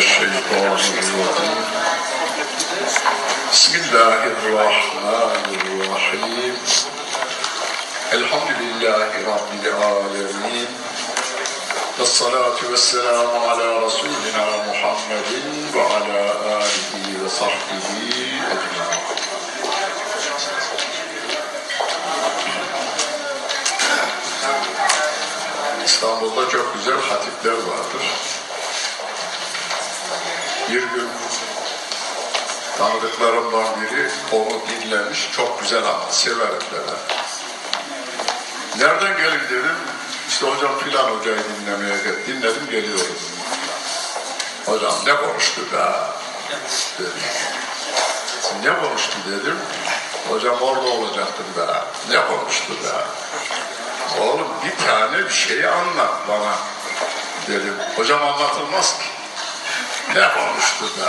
Mineşşeytanirracim. Bismillahirrahmanirrahim. Elhamdülillahi Rabbil alemin. Vessalatu vesselamu ala Resulina Muhammedin ve ala alihi ve sahbihi ecmaîn. İstanbul'da çok güzel hatipler vardır. Bir gün tanıdıklarımdan biri onu dinlemiş, çok güzel ama severim dedi. Nereden gelin dedim, işte hocam filan hocayı dinlemeye dinledim, geliyorum. Hocam ne konuştu be? Dedi. Ne konuştu dedim, hocam orada olacaktım be, ne konuştu be? Oğlum bir tane bir şeyi anlat bana dedim. Hocam anlatılmaz ki. Ne konuştu be?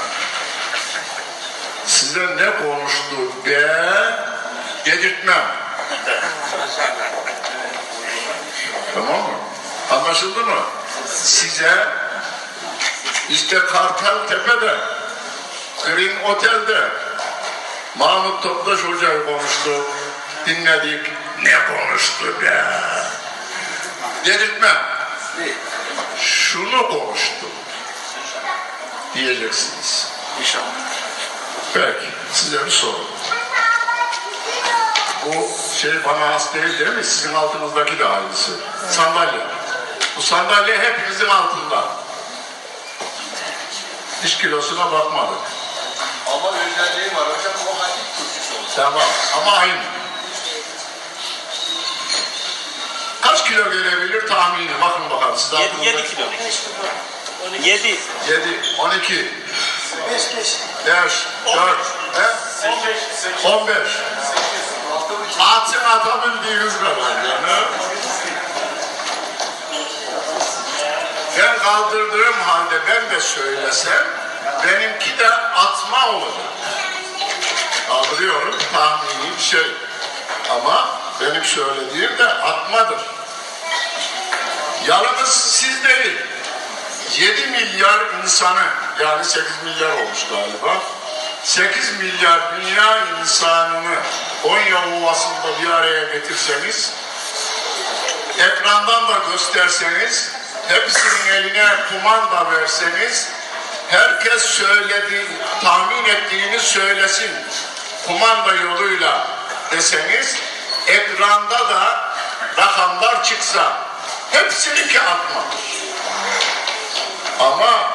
Size ne konuştu be? Dedirtmem. Tamam mı? Anlaşıldı mı? Size işte Kartaltepe'de, Green Otel'de Mahmut Toptaş Hoca'yı konuştu. Dinledik. Ne konuştu be? Dedirtmem. Şunu konuştu diyeceksiniz. İnşallah. Peki, size bir soru. Bu şey bana has değil mi? Sizin altınızdaki de aynısı. Sandalye. Bu sandalye hepinizin altında. Diş kilosuna bakmadık. Ama özelliği var hocam, o hatip turşusu olur. Tamam, ama aynı. Kaç kilo gelebilir tahmini? Bakın bakalım. 7 kilo. 7. 12. 5, 4, 15. Atın atabildiğiniz kadar yani. Ben kaldırdığım halde ben de söylesem, benimki de atma olacak. Kaldırıyorum, tahmini bir şey. Ama benim söylediğim de atmadır. Yalnız siz değil, 7 milyar insanı, yani 8 milyar olmuş galiba, 8 milyar dünya insanını Konya Ovası'nda bir araya getirseniz, ekrandan da gösterseniz, hepsinin eline kumanda verseniz, herkes söylediği, tahmin ettiğini söylesin, kumanda yoluyla deseniz, ekranda da rakamlar çıksa, hepsininki atmadır. Ama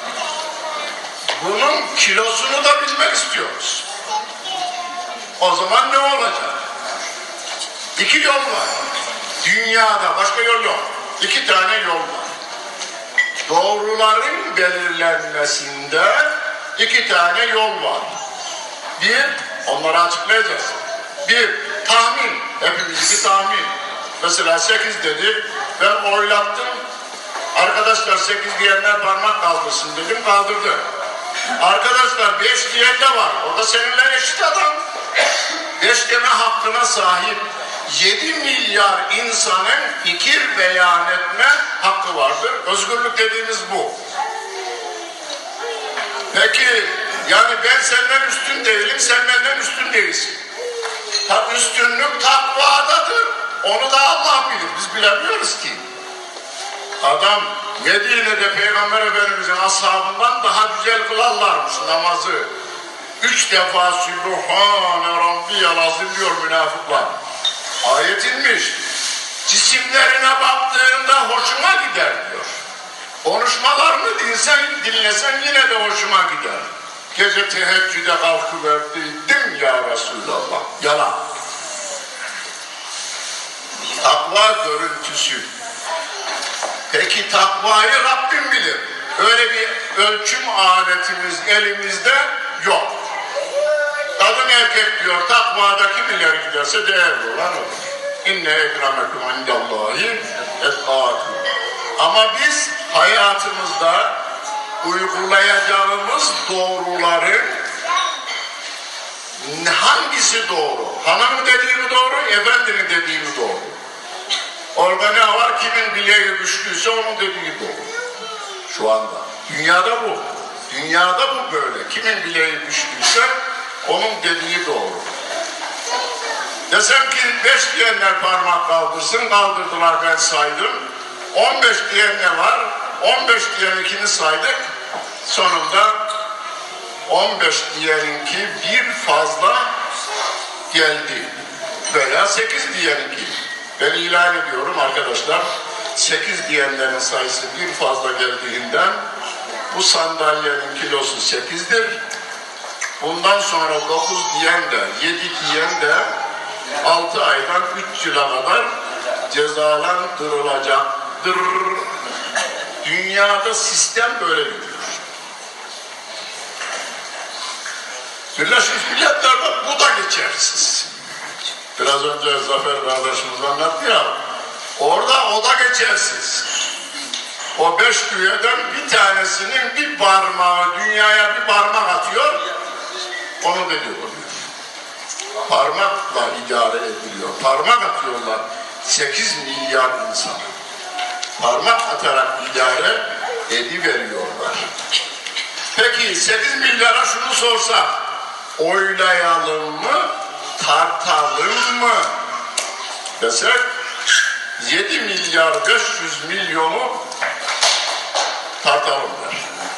bunun kilosunu da bilmek istiyoruz. O zaman ne olacak? 2 yol var. Dünyada başka yol yok. 2 tane yol var. Doğruların belirlenmesinde 2 tane yol var. Bir, onları açıklayacağız. Bir, tahmin. Hepimiz bir tahmin. Mesela 8 dedi, ben oylattım. Arkadaşlar 8 diyenler parmak kaldırsın dedim, kaldırdı. Arkadaşlar 5 diyen de var, o da seninle eşit adam. 5 deme hakkına sahip 7 milyar insanın fikir beyan etme hakkı vardır. Özgürlük dediğimiz bu. Peki, yani ben senden üstün değilim, sen benden üstün değilsin. Üstünlük takvadadır. Onu da Allah bilir, biz bilemiyoruz ki. Adam Medine'de Peygamber Efendimiz'in ashabından daha güzel kılarlarmış namazı. 3 defa Sübhane Rabbiyel Azim diyor münafıklar. Ayet inmiş. Cisimlerine baktığında hoşuma gider diyor. Konuşmalarını dinlesen yine de hoşuma gider. Gece teheccüde kalkıverdiydim ya Resulallah. Yalan. Takva görüntüsü. Peki takvayı Rabbim bilir. Öyle bir ölçüm aletimiz elimizde yok. Kadın erkek diyor, takvada kim ileri giderse değerli olan olur. İnne ekremekum indallahi etkâkum. Ama biz hayatımızda uygulayacağımız doğruların hangisi doğru? Hanımın dediği mi doğru, efendinin dediği mi doğru? Orada ne var? Kimin bileği güçlüyse onun dediği doğru. Şu anda. Dünyada bu. Dünyada bu böyle. Kimin bileği düştüyse onun dediği doğru. Desem ki 5 diyenler parmak kaldırsın, kaldırdılar, ben saydım. 15 diyen ne var? 15 diyeninkini saydık. Sonunda 15 diyeninki bir fazla geldi. Veya 8 diyeninki. Ben ilan ediyorum arkadaşlar. 8 diyenlerin sayısı bir fazla geldiğinden bu sandalyenin kilosu 8'dir. Bundan sonra 9 diyen de 7 diyen de 6 aydan 3 yıla kadar cezalandırılacaktır. Dünyada sistem böyle gidiyor. Birleşmiş Milletler'de bu da geçersiz. Biraz önce Zafer kardeşimiz anlattı ya, orada o da geçersiz. O 5 üyeden bir tanesinin bir parmağı dünyaya bir parmak atıyor, onu dediği oluyor. Parmakla idare ediliyor. Parmak atıyorlar 8 milyar insan. Parmak atarak idare ediveriyorlar. Peki 8 milyara şunu sorsak, oylayalım mı, tartalım mı desek 7 milyar 500 milyonu tartalım der.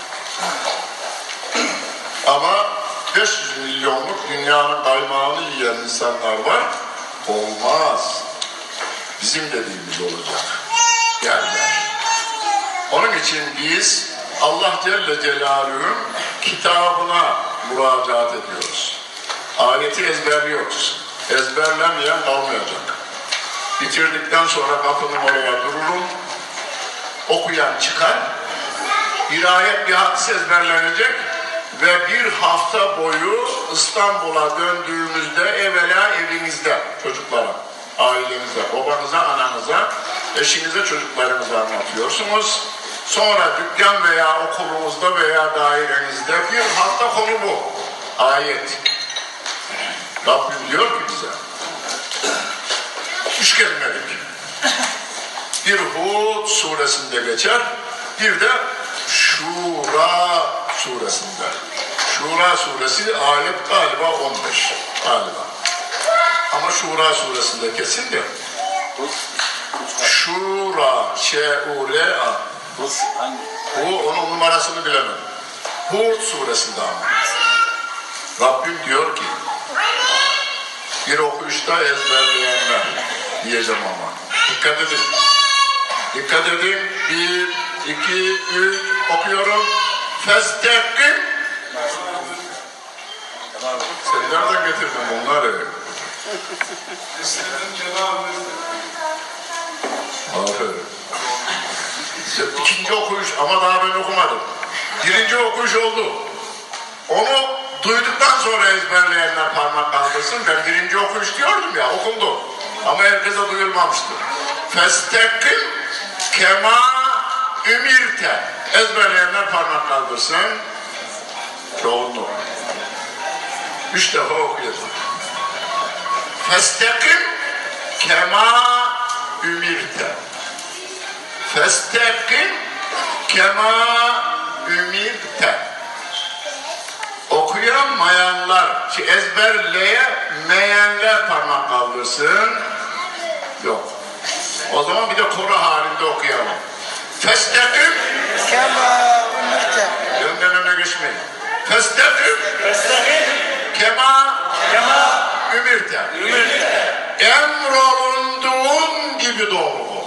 Ama 500 milyonluk dünyanın kaymağını yiyen insanlar var. Olmaz. Bizim dediğimiz olacak. Yerler. Onun için biz Allah Celle Celaluhu'nun kitabına müracaat ediyoruz. Ayeti ezberliyoruz. Ezberlemeyen kalmayacak. Bitirdikten sonra kapının oraya dururum. Okuyan çıkar. Bir ayet, bir hadis ezberlenecek ve bir hafta boyu İstanbul'a döndüğümüzde evvela evinizde çocuklara, ailenize, babanıza, ananıza, eşinize, çocuklarınıza anlatıyorsunuz. Sonra dükkan veya okulunuzda veya dairenizde bir hafta konu bu. Ayet. Rabbim diyor ki bize, 3 kelimelik. Bir Hud suresinde geçer, bir de Şura suresinde. Şura suresi ayet galiba 15. Galiba. Ama Şura suresinde kesin de. Şura, Ş-U-R-A. Bu onun numarasını bilemem. Hud suresinde ama. Rabbim diyor ki, bir okuyuşta ezberleyenler diyeceğim ama. Dikkat edin. Dikkat edin. 1, 2, 3 okuyorum. Festekim. Sen nereden getirdin bunları? Aferin. İkinci okuyuş ama daha ben okumadım. Birinci okuyuş oldu. Onu duyduktan sonra ezberleyenler parmak kaldırsın. Ben birinci okuyuş diyordum ya, okundu. Ama herkese duyulmamıştı. Festekim kema ümirte. Ezberleyenler parmak kaldırsın. Çoğunluk. 3 defa okuyacağım. Festekim kema ümirte. Festekim kema ümirte. Okuyamayanlar, ezberleyemeyenler parmak kaldırsın. Yok. O zaman bir de koro halinde okuyalım. Festekim kema ümirte. Önden öne geçmeyin. Festekim kema ümirte. Emrolunduğun gibi doğru ol.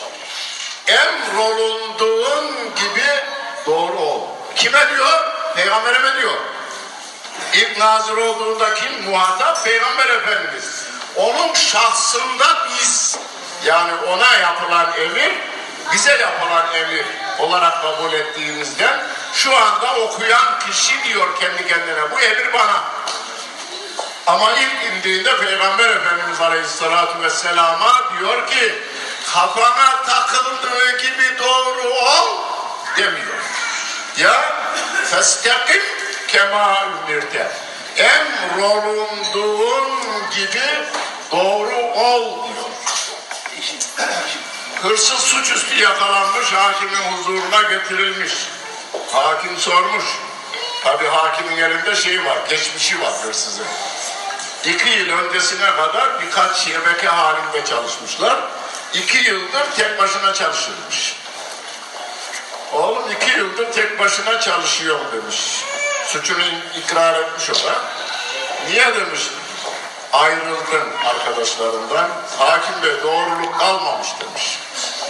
Emrolunduğun gibi doğru ol. Kime diyor? Peygamberime diyor. İlk nazır olduğunda kim? Muhatap Peygamber Efendimiz. Onun şahsında biz, yani ona yapılan emir, bize yapılan emir olarak kabul ettiğimizden şu anda okuyan kişi diyor kendi kendine, bu emir bana. Ama ilk indiğinde Peygamber Efendimiz Aleyhisselatü Vesselam'a diyor ki, kafana takıldığı gibi doğru ol demiyor. Ya festekim kema ümirte. Emrolunduğun gibi doğru ol diyor. Hırsız suçüstü yakalanmış, hakimin huzuruna getirilmiş. Hakim sormuş. Tabi hakimin elinde şey var, geçmişi var hırsızın. 2 yıl öncesine kadar birkaç şebeke halinde çalışmışlar. 2 yıldır tek başına çalışırmış. Oğlum 2 yıldır tek başına çalışıyorum demiş. Suçunu ikrar etmiş o da. Niye demiş? Ayrıldın arkadaşlarından. Hakim Bey doğruluk kalmamış demiş.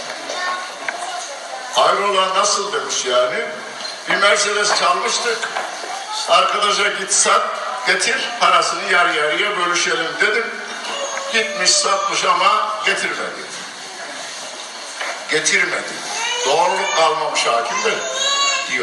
Hayrola nasıl demiş yani? Bir Mercedes çalmıştık. Arkadaşa git sat, getir parasını yarı yarıya bölüşelim dedim. Gitmiş satmış ama getirmedi. Getirmedi. Doğruluk kalmamış hakim Bey diyor.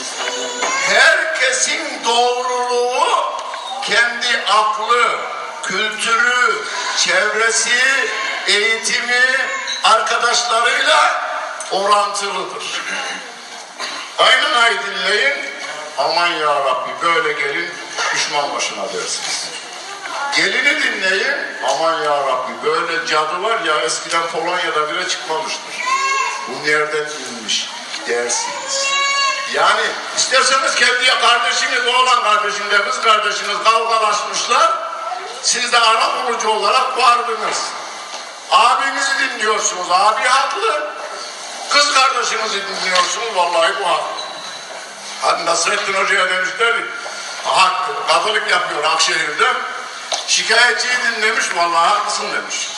Herkesin doğruluğu kendi aklı, kültürü, çevresi, eğitimi, arkadaşlarıyla orantılıdır. Aynen dinleyin. Aman ya Rabbi böyle gelin düşman başına dersiniz. Gelini dinleyin. Aman ya Rabbi böyle cadı var ya eskiden Polonya'da bile çıkmamıştır. Bu nereden inmiş dersiniz. Yani isterseniz kendi kardeşiniz, oğlan kardeşinle kız kardeşiniz kavgalaşmışlar. Siz de ara bulucu olarak vardınız. Abinizi dinliyorsunuz. Abi haklı. Kız kardeşinizi dinliyorsunuz. Vallahi bu haklı. Hani Nasrettin Hoca'ya demişler ki Katolik yapıyor Akşehir'de. Şikayetçiyi dinlemiş. Vallahi haklısın demiş.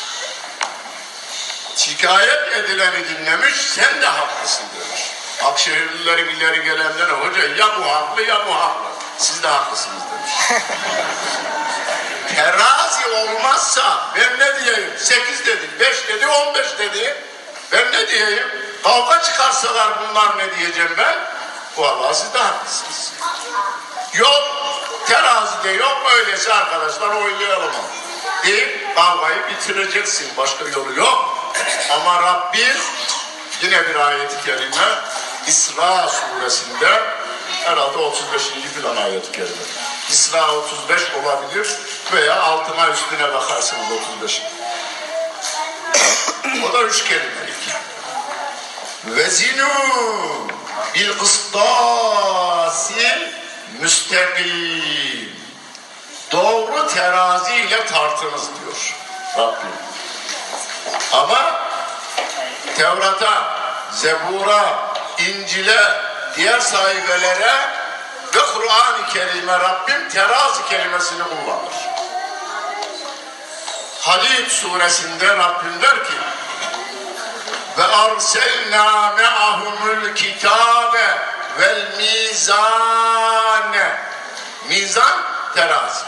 Şikayet edileni dinlemiş. Sen de haklısın demiş. Akşehirlilerin ileri gelenlere hoca ya bu haklı ya bu haklı. Siz de haklısınız demiş. Terazi olmazsa ben ne diyeyim? 8 dedi, 5 dedi, 15 dedi. Ben ne diyeyim? Kavga çıkarsalar bunlar ne diyeceğim ben? Vallahi siz de haklısınız. Yok, terazide yok, öyleyse arkadaşlar oylayalım. Deyip kavgayı bitireceksin. Başka yolu yok. Ama Rabbim yine bir ayet-i kerime İsra suresinde herhalde 35. filan ayet-i kerime. İsra 35 olabilir veya altına üstüne bakarsınız 35. O da 3 kelimelik. Vezinu bil kıstasil müstakim. Doğru teraziyle tartınız diyor Rabbim. Ama Tevrat'a, Zebur'a, İncil'e, diğer sahifelere ve Kur'an-ı Kerim'e Rabbim terazi kelimesini kullanır. Hadid suresinde Rabbim der ki ve arselnâ me'ahumul kitâbe vel mizâne. Mizan terazi.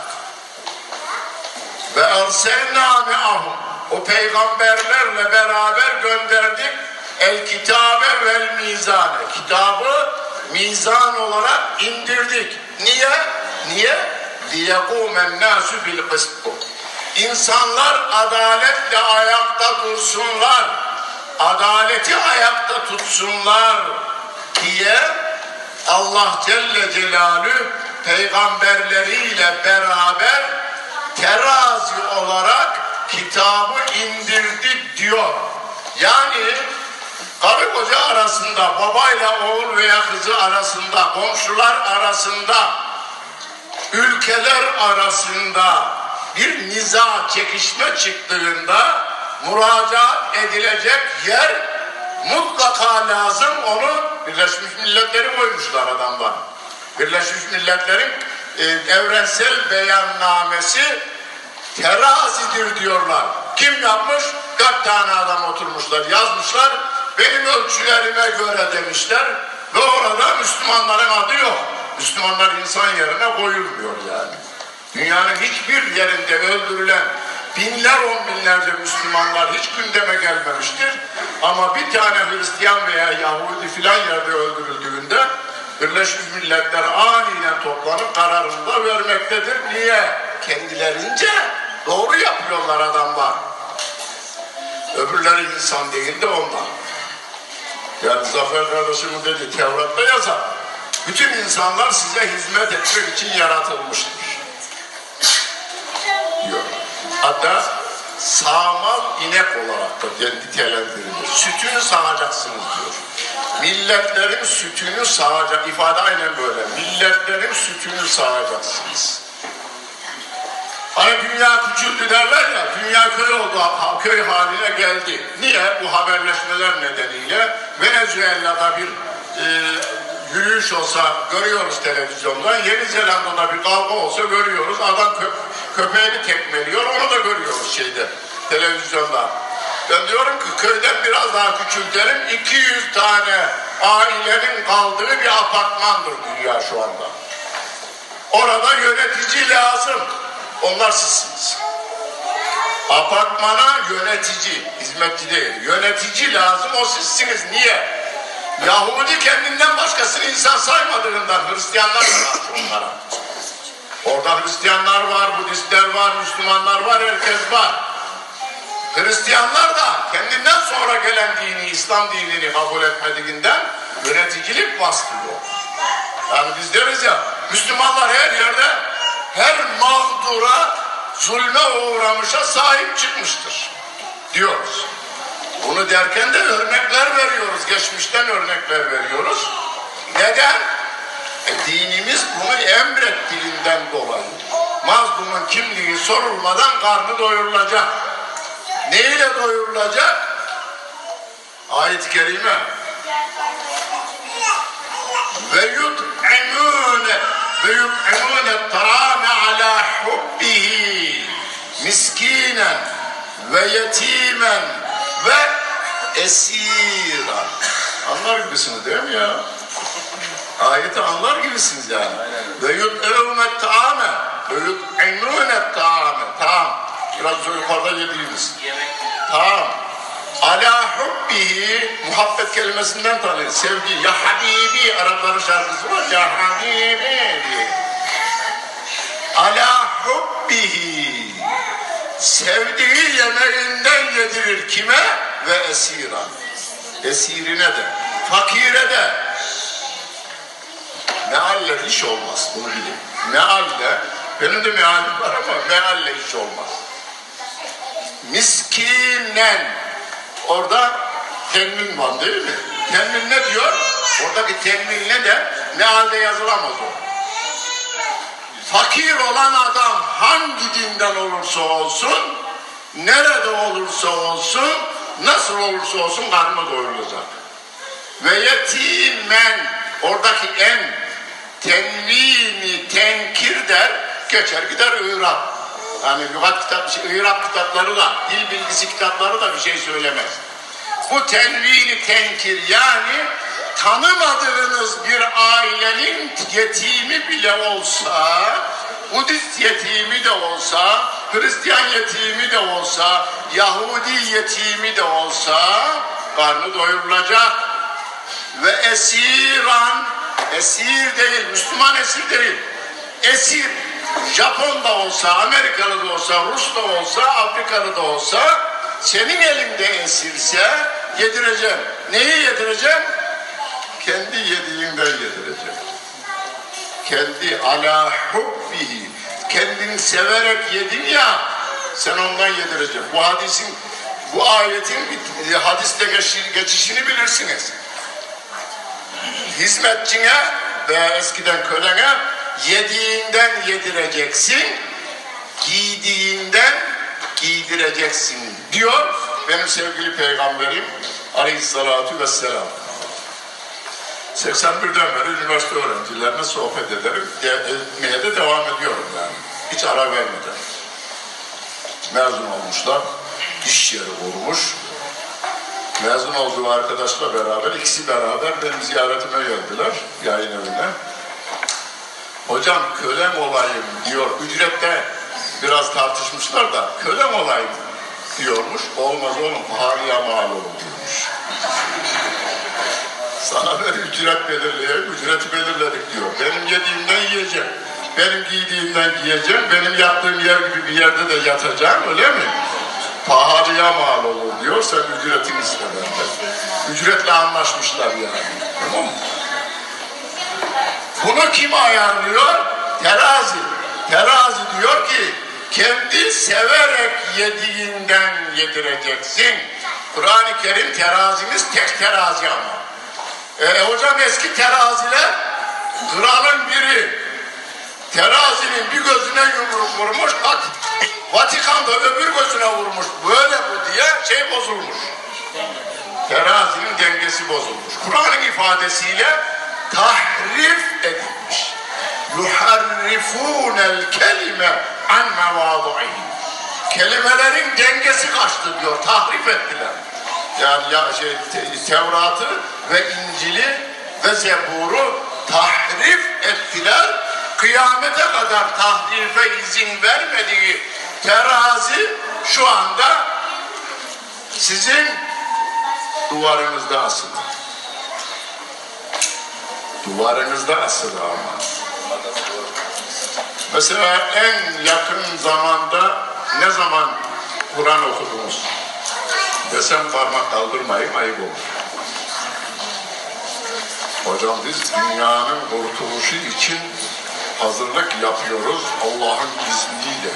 Ve arselnâ me'ahum. O peygamberlerle beraber gönderdik el kitabe vel mizane. Kitabı mizan olarak indirdik. Niye? Niye? Liyekûmen nâsü bil kıst. İnsanlar adaletle ayakta dursunlar. Adaleti ayakta tutsunlar diye Allah Celle Celaluhu peygamberleriyle beraber terazi olarak kitabı indirdik diyor. Yani karı koca arasında, babayla oğul veya kızı arasında, komşular arasında, ülkeler arasında bir niza, çekişme çıktığında müracaat edilecek yer mutlaka lazım. Onu Birleşmiş Milletler'e koymuşlar adamlar. Birleşmiş Milletler'in evrensel beyannamesi terazidir diyorlar. Kim yapmış? 4 tane adam oturmuşlar, yazmışlar. Benim ölçülerime göre demişler. Ve orada Müslümanların adı yok. Müslümanlar insan yerine koyulmuyor yani. Dünyanın hiçbir yerinde öldürülen binler on binlerce Müslümanlar hiç gündeme gelmemiştir. Ama bir tane Hristiyan veya Yahudi filan yerde öldürüldüğünde Birleşmiş Milletler aniden toplanıp kararını da vermektedir. Niye? Kendilerince doğru yapıyorlar adamlar. Öbürleri insan değil de onlar. Yani Zafer kardeşimin dedi Tevrat'ta yazar. Bütün insanlar size hizmet etmek için yaratılmıştır diyor. Hatta sağmal inek olarak da nitelendirilir. Sütünü sağacaksınız diyor. milletlerin sütünü sağacak. İfade aynen böyle. Milletlerin sütünü sağacaksınız. Hani dünya küçüldü derler ya, dünya köy oldu, köy haline geldi. Niye? Bu haberleşmeler nedeniyle Venezuela'da bir yürüyüş olsa görüyoruz televizyonda, Yeni Zelanda'da bir kavga olsa görüyoruz, adam köpeğini tekmeliyor, onu da görüyoruz televizyonda. Ben diyorum ki köyden biraz daha küçültelim, 200 tane ailenin kaldığı bir apartmandır dünya şu anda. Orada yönetici lazım. Onlar sizsiniz. Apartmana yönetici, hizmetçi değil, yönetici lazım, o sizsiniz. Niye? Yahudi kendinden başkasını insan saymadığından Hristiyanlar var onlara. Orada Hristiyanlar var, Budistler var, Müslümanlar var, herkes var. Hristiyanlar da kendinden sonra gelen dini, İslam dinini kabul etmediğinden yöneticilik bastırıyor. Yani biz deriz ya, Müslümanlar her yerde, her mağdura, zulme uğramışa sahip çıkmıştır diyoruz. Bunu derken de örnekler veriyoruz, geçmişten örnekler veriyoruz. Neden? Dinimiz bunu emrettiğinden dolayı. Mazlumun kimliği sorulmadan karnı doyurulacak. Neyle doyurulacak? Ayet-i kerime. Ve yut'imûne ta'ame ala hubbihi miskinen ve yetimen ve esira. Anlar gibisiniz değil mi ya? Ayeti anlar gibisiniz yani. Ve yut'imûne ta'ame ve yut'imûne ta'ame. Tamam. Biraz yukarıda yediğimiz. Tamam. Ala hubbihi, muhabbet kelimesinden tanıyor. Sevgi. Ya Habibi, Arapların şarkısı var. Ya Habibi diye. Ala hubbihi, sevdiği yemeğinden yedirir kime? Ve esira. Esirine de, fakire de. Mealle iş olmaz, bunu bilin. Mealle, benim de mealim var ama mealle iş olmaz. Miskinen, orada tenmin var değil mi? Tenmin ne diyor? Oradaki tenmin ne de mealde yazılamaz o. Fakir olan adam hangi dinden olursa olsun, nerede olursa olsun, nasıl olursa olsun karnı doyurulacak. Ve yetimen, oradaki en tenvini tenkir der, geçer gider İrab. Yani lügat İrab kitapları da, dil bilgisi kitapları da bir şey söylemez. Bu tenvini tenkir, yani tanımadığınız bir ailenin yetimi bile olsa, Budist yetimi de olsa, Hristiyan yetimi de olsa, Yahudi yetimi de olsa karnı doyurulacak. Ve esiran, esir değil, Müslüman esir değil, esir, Japon da olsa, Amerikalı da olsa, Rus da olsa, Afrikalı da olsa, senin elinde esirse yedireceğim. Neyi yedireceğim? Kendi yediğinden yedireceğim. Kendi ala hubbihi, kendini severek yedin ya, sen ondan yedireceksin. Bu hadisin, bu ayetin hadiste geçişini bilirsiniz. Hizmetçine ve eskiden kölene yediğinden yedireceksin, giydiğinden giydireceksin diyor benim sevgili peygamberim aleyhissalatu vesselam. 81'den beri üniversite öğrencilerine sohbet ederim, etmeye de devam ediyorum yani. Hiç ara vermeden. Mezun olmuşlar, iş yeri kurmuş. Mezun olduğu arkadaşla beraber, ikisi beraber benim ziyaretime geldiler, yayın evine. Hocam kölem olayım diyor, ücrette biraz tartışmışlar da kölem olayım diyormuş. Olmaz oğlum, pahalıya mal olur diyormuş. Sana ben ücret belirleyeyim, ücreti belirledik diyor. Benim yediğimden yiyeceğim, benim giydiğimden giyeceğim, benim yattığım yer gibi bir yerde de yatacağım, öyle mi? Pahalıya mal olur diyor, sen ücretini iste benden. Ücretle anlaşmışlar yani. Tamam mı? Bunu kim ayarlıyor? Terazi. Terazi diyor ki, kendi severek yediğinden yedireceksin. Kur'an-ı Kerim terazimiz tek terazi ama. Hocam eski teraziler, kralın biri terazinin bir gözüne yumruk vurmuş, Vatikan'da öbür gözüne vurmuş. Böyle bu diye şey bozulmuş. Terazinin dengesi bozulmuş. Kur'an'ın ifadesiyle tahrif edilmiş. yuharrifûnel kelime an mevâdu'ihi. Kelimelerin dengesi kaçtı diyor, tahrif ettiler. Yani Tevrat'ı ve İncil'i ve Zebur'u tahrif ettiler. Kıyamete kadar tahrife izin vermediği terazi şu anda sizin duvarınızda asılı. Duvarınızda asılı ama. Mesela en yakın zamanda ne zaman Kur'an okudunuz? Desem parmak kaldırmayın, ayıp olur. Hocam biz dünyanın kurtuluşu için hazırlık yapıyoruz Allah'ın izniyle.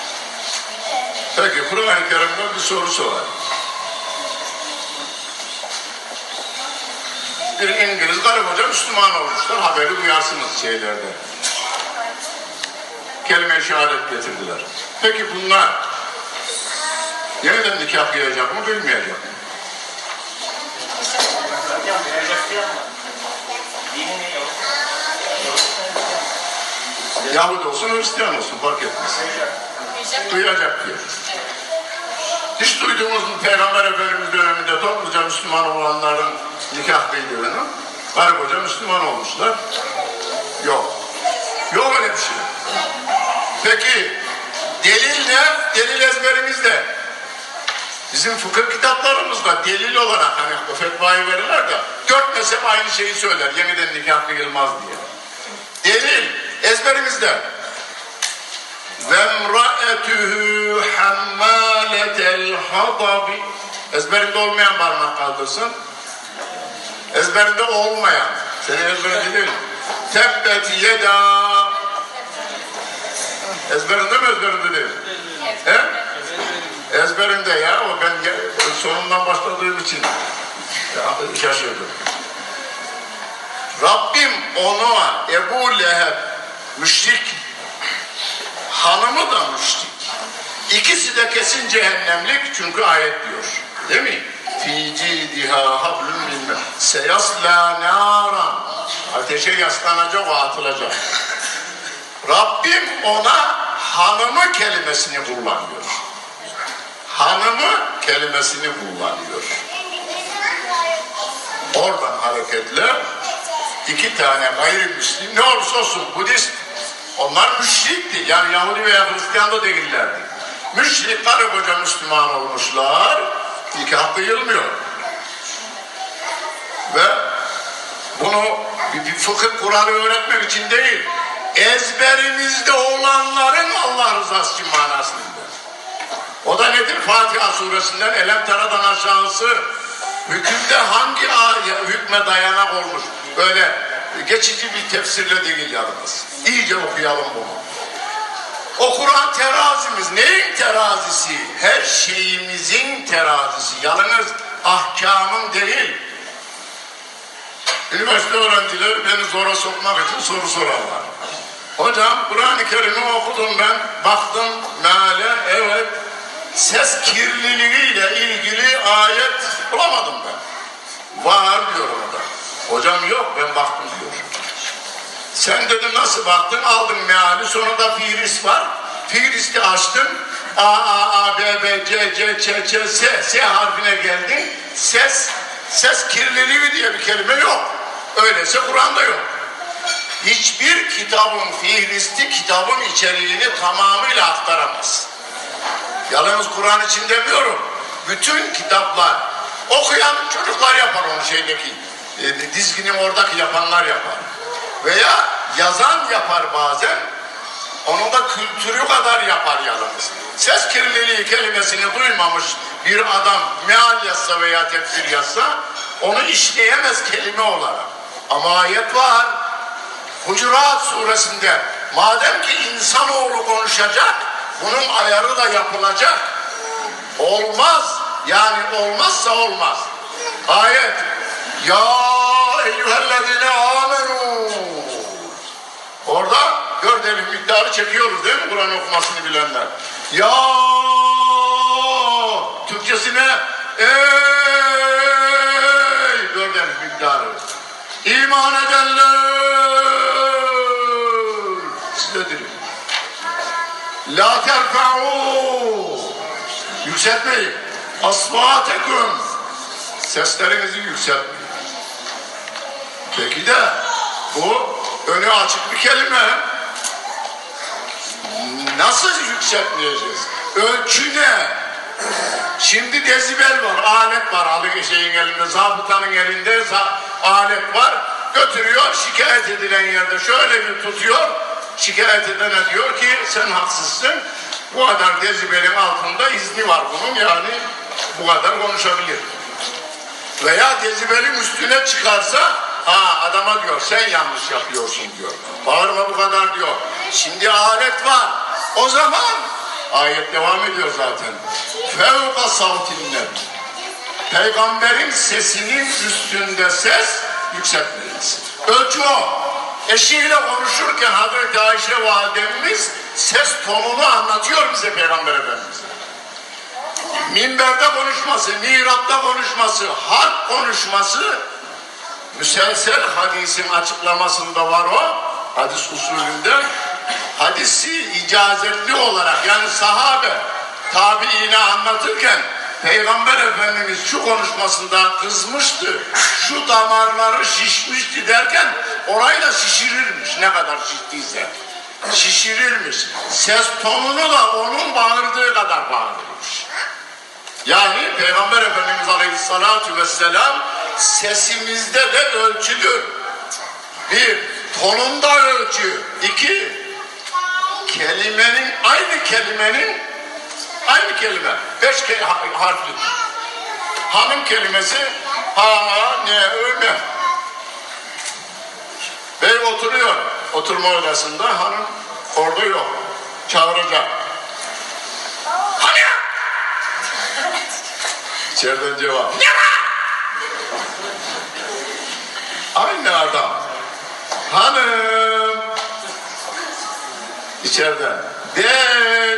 Peki Kur'an-ı Kerim'den bir soru sorayım. Bir İngiliz karı koca Müslüman olmuşlar, haberi duyarsınız şeylerde. Kelime-i şehadet getirdiler. Peki bunlar yeniden nikah kıyacak mı, bilmeyecek mi? Yahudi olsun, Hristiyan olsun fark etmez. Duyacak diyor. Hiç duyduğumuz mu Peygamber Efendimiz döneminde topluca Müslüman olanların nikah kıydığını? Karı koca Müslüman olmuşlar. Yok. Yok öyle bir şey. Peki delil ne? Delil ezberimizde. Bizim fıkıh kitaplarımızda delil olarak hani fetvayı verirler de 4 mezhep aynı şeyi söyler. Yeniden nikah kıyılmaz diye. Delil ezberimizde. Vemra'etühü hammâletel hadabi. Ezberinde olmayan parmak kaldırsın. Ezberinde olmayan. Senin ezberinde değil mi? Tebbet yeda. Ezberinde mi, ezberinde değil? He? Ezberinde ya. O ben sonundan başladığım için şaşırdım. Rabbim ona Ebu Leheb müşrik, hanımı da müşrik. İkisi de kesin cehennemlik çünkü ayet diyor. Değil mi? Fî cîdihâ hablum minne seyaslâ nâran. Ateşe yaslanacak ve atılacak. Rabbim ona hanımı kelimesini kullanıyor. Hanımı kelimesini kullanıyor. Oradan hareketle 2 tane gayrimüslim ne olursa olsun Budist, onlar müşrikti. Yani Yahudi veya Hristiyan da değillerdi. Müşrik karı koca Müslüman olmuşlar. Nikah kıyılmıyor. Ve bunu bir fıkıh kuralı öğretmek için değil, ezberimizde olanların Allah rızası için manasında. O da nedir? Fatiha suresinden Elem Tera'dan aşağısı hükümde hangi hükme dayanak olmuş? Böyle geçici bir tefsirle değil yalnız. İyice okuyalım bunu. O Kur'an terazimiz. Neyin terazisi? Her şeyimizin terazisi. Yalnız ahkamın değil. Üniversite öğrencileri beni zora sokmak için soru sorarlar. Hocam Kur'an-ı Kerim'i okudum ben. Baktım meale, evet. Ses kirliliğiyle ilgili ayet bulamadım ben. Var diyor orada. Hocam yok, ben baktım diyor. Sen dedim nasıl baktın? Aldın meali, sonunda fiilis var. Fiilisti açtın. A, B, B, C, S harfine geldin. Ses kirliliği diye bir kelime yok. Öyleyse Kur'an'da yok. Hiçbir kitabın fiilisti kitabın içeriğini tamamıyla aktaramaz. Yalnız Kur'an için demiyorum. Bütün kitaplar, okuyan çocuklar yapar onu şeydeki. Dizginin oradaki yapanlar yapar. Veya yazan yapar bazen. Onun da kültürü kadar yapar yalnız. Ses kirliliği kelimesini duymamış bir adam meal yazsa veya tefsir yazsa onu işleyemez kelime olarak. Ama ayet var. Hucurat suresinde madem ki insanoğlu konuşacak, bunun ayarı da yapılacak. Olmaz. Yani olmazsa olmaz. Ayet. Ya eyyühellezine amenu. Orada 4 elif miktarı çekiyoruz değil mi Kur'an okumasını bilenler? Ya Türkçesine ey 4 elif miktarı. İman edenler size dilim. La terfa'u yükseltmeyin. Asvateküm seslerinizi yükseltmeyin. Peki de bu önü açık bir kelime. Nasıl yükseltmeyeceğiz? Ölçü ne? Şimdi dezibel var, alet var. Şeyin elinde, zabıtanın elinde alet var. Götürüyor, şikayet edilen yerde şöyle bir tutuyor. Şikayet edene diyor ki sen haksızsın. Bu kadar dezibelin altında izni var bunun, yani bu kadar konuşabilir. Veya dezibelin üstüne çıkarsa adama diyor sen yanlış yapıyorsun diyor. Bağırma bu kadar diyor. Şimdi alet var. O zaman ayet devam ediyor zaten. Fevka savtinler. Peygamberin sesinin üstünde ses yükseltmeliyiz. Ölçü o. Eşiyle konuşurken Hazreti Ayşe validemiz ses tonunu anlatıyor bize Peygamber Efendimiz. Minberde konuşması, mihrapta konuşması, harp konuşması, müselsel hadisin açıklamasında var o, hadis usulünde. Hadisi icazetli olarak, yani sahabe tabiine anlatırken Peygamber Efendimiz şu konuşmasında kızmıştı, şu damarları şişmişti derken orayı da şişirirmiş, ne kadar şiştiyse. Şişirirmiş. Ses tonunu da onun bağırdığı kadar bağırırmış. Yani Peygamber Efendimiz Aleyhisselatü Vesselam sesimizde de ölçülür. 1. Tonunda ölçü. 2. Aynı kelime 5 harfli. Hanım kelimesi ne. Bey oturuyor oturma odasında, hanım orada yok. Çağıracak. Hani? İçeriden cevap. Ne var? Aynı adam. Hanım. İçeriden. Bey.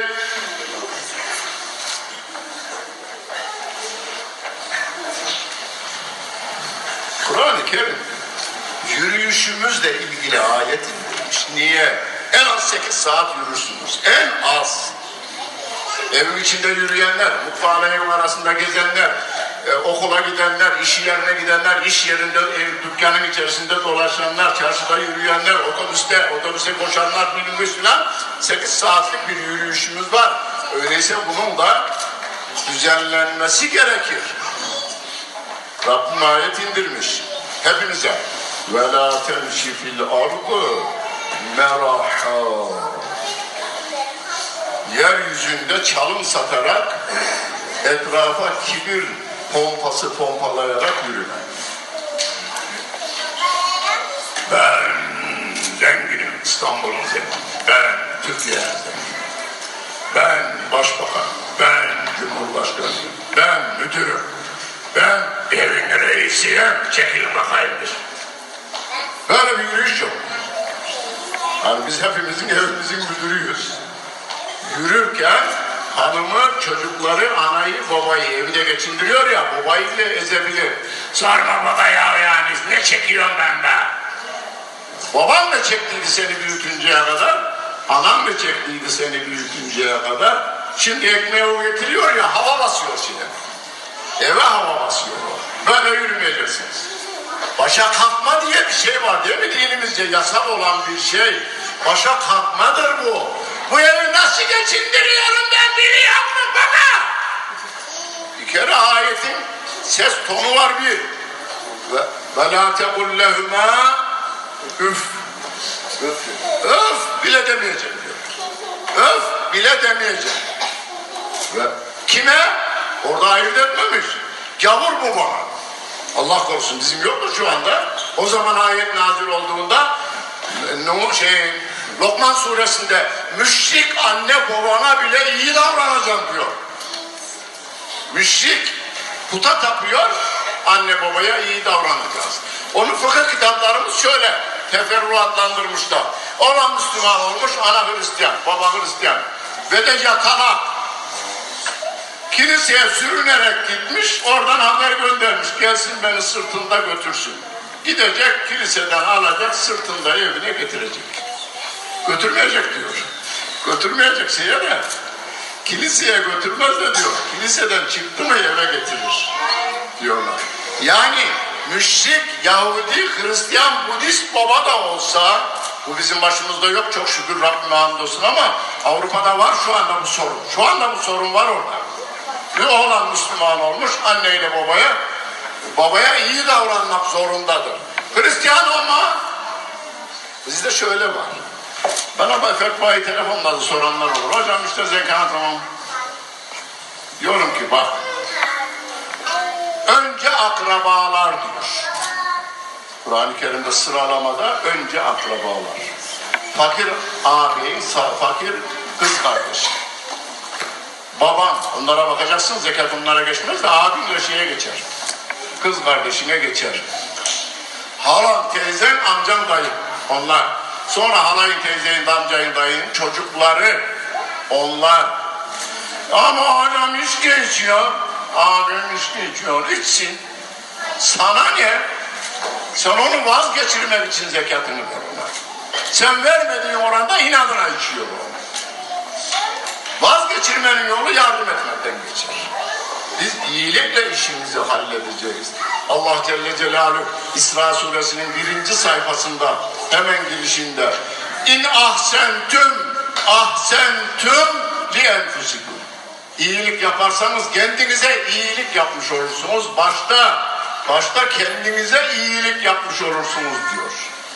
Kur'an-ı Kerim yürüyüşümüzle ilgili ayet indirmiş. Niye? En az 8 saat yürürsünüz. En az. Evin içinde yürüyenler, mutfağın evin arasında gezenler, okula gidenler, iş yerine gidenler, iş yerinde, dükkanın içerisinde dolaşanlar, çarşıda yürüyenler, otobüse koşanlar, bilmem filan 8 saatlik bir yürüyüşümüz var. Öyleyse bunun da düzenlenmesi gerekir. Rabbim ayet indirmiş hepinize. وَلَا تَمْشِ فِي الْأَرْضِ مَرَحًا. Yeryüzünde çalım satarak, etrafa kibir pompası pompalayarak yürüme. Ben zenginim, İstanbul'un zengini. Ben Türkiye'nin zengini. Ben başbakan. Ben cumhurbaşkanıyım. Ben müdürüm. Ben evin reisiyim. Çekil bakayımdır. Böyle bir yürüyüş yok. Yani biz hepimizin evimizin müdürüyüz. Yürürken hanımı, çocukları, anayı, babayı evde geçindiriyor ya, babayı bile ezebilir. Sorma baba ya, yani ne çekiyorum ben be? Baban da çektiydi seni büyütünceye kadar, anan da çektiydi seni büyütünceye kadar. Şimdi ekmeği o getiriyor ya, hava basıyor size. Eve hava basıyor. Böyle yürümeyeceksiniz. Başa kalkma diye bir şey var değil mi dinimizce? Yasal olan bir şey. Başa kalkmadır bu. Bu evi nasıl geçindiriyorum ben biliyorum baba. Bir kere ayetin ses tonu var bir. Ve la tekul lehuma üf. Öf bile demeyeceğim diyor. Öf bile demeyeceğim. Ve kime? Orada ayırt etmemiş. Gavur bu bana. Allah korusun bizim yoktur şu anda. O zaman ayet nazil olduğunda Lokman suresinde müşrik anne babana bile iyi davranacağım diyor. Müşrik puta tapıyor, anne babaya iyi davranacağız. Onu fıkıh kitaplarımız şöyle teferruatlandırmışlar. Oğlan Müslüman olmuş, ana Hristiyan, baba Hristiyan. Ve de yatalak. Kiliseye sürünerek gitmiş, oradan haber göndermiş. Gelsin beni sırtında götürsün. Gidecek, kiliseden alacak, sırtında evine getirecek. Götürmeyecek diyor. Götürmeyecekse ya da kiliseye götürmez de diyor. Kiliseden çıktı mı eve getirir diyorlar. Yani müşrik, Yahudi, Hristiyan, Budist baba da olsa, bu bizim başımızda yok çok şükür Rabbime hamdolsun, ama Avrupa'da var şu anda bu sorun. Şu anda bu sorun var orada. Bir oğlan Müslüman olmuş, anneyle babaya iyi davranmak zorundadır. Hristiyan olma. Bizde şöyle var. Bana fetvayı telefonla soranlar olur. Hocam işte zekatım. Diyorum ki bak. Önce akrabalar diyor. Kur'an-ı Kerim'de sıralamada önce akrabalar. Fakir ağabey, fakir kız kardeş. Baban, onlara bakacaksın, zekat onlara geçmez de abinle şeye geçer. Kız kardeşine geçer. Halan, teyzen, amcan, dayı. Onlar. Sonra halayın, teyzeyin, amcayın, dayının çocukları. Onlar. Ama adam içki içiyor. Abim içki içiyor. İçsin. Sana ne? Sen onu vazgeçirmek için zekatını ver ona. Sen vermediğin oranda inadına içiyor o. Vazgeçirmenin yolu yardım etmekten geçer. Biz iyilikle işimizi halledeceğiz. Allah Celle Celaluhu İsra suresinin 1. sayfasında hemen girişinde İn ahsentüm li enfusikum. İyilik yaparsanız kendinize iyilik yapmış olursunuz. Başta kendinize iyilik yapmış olursunuz diyor.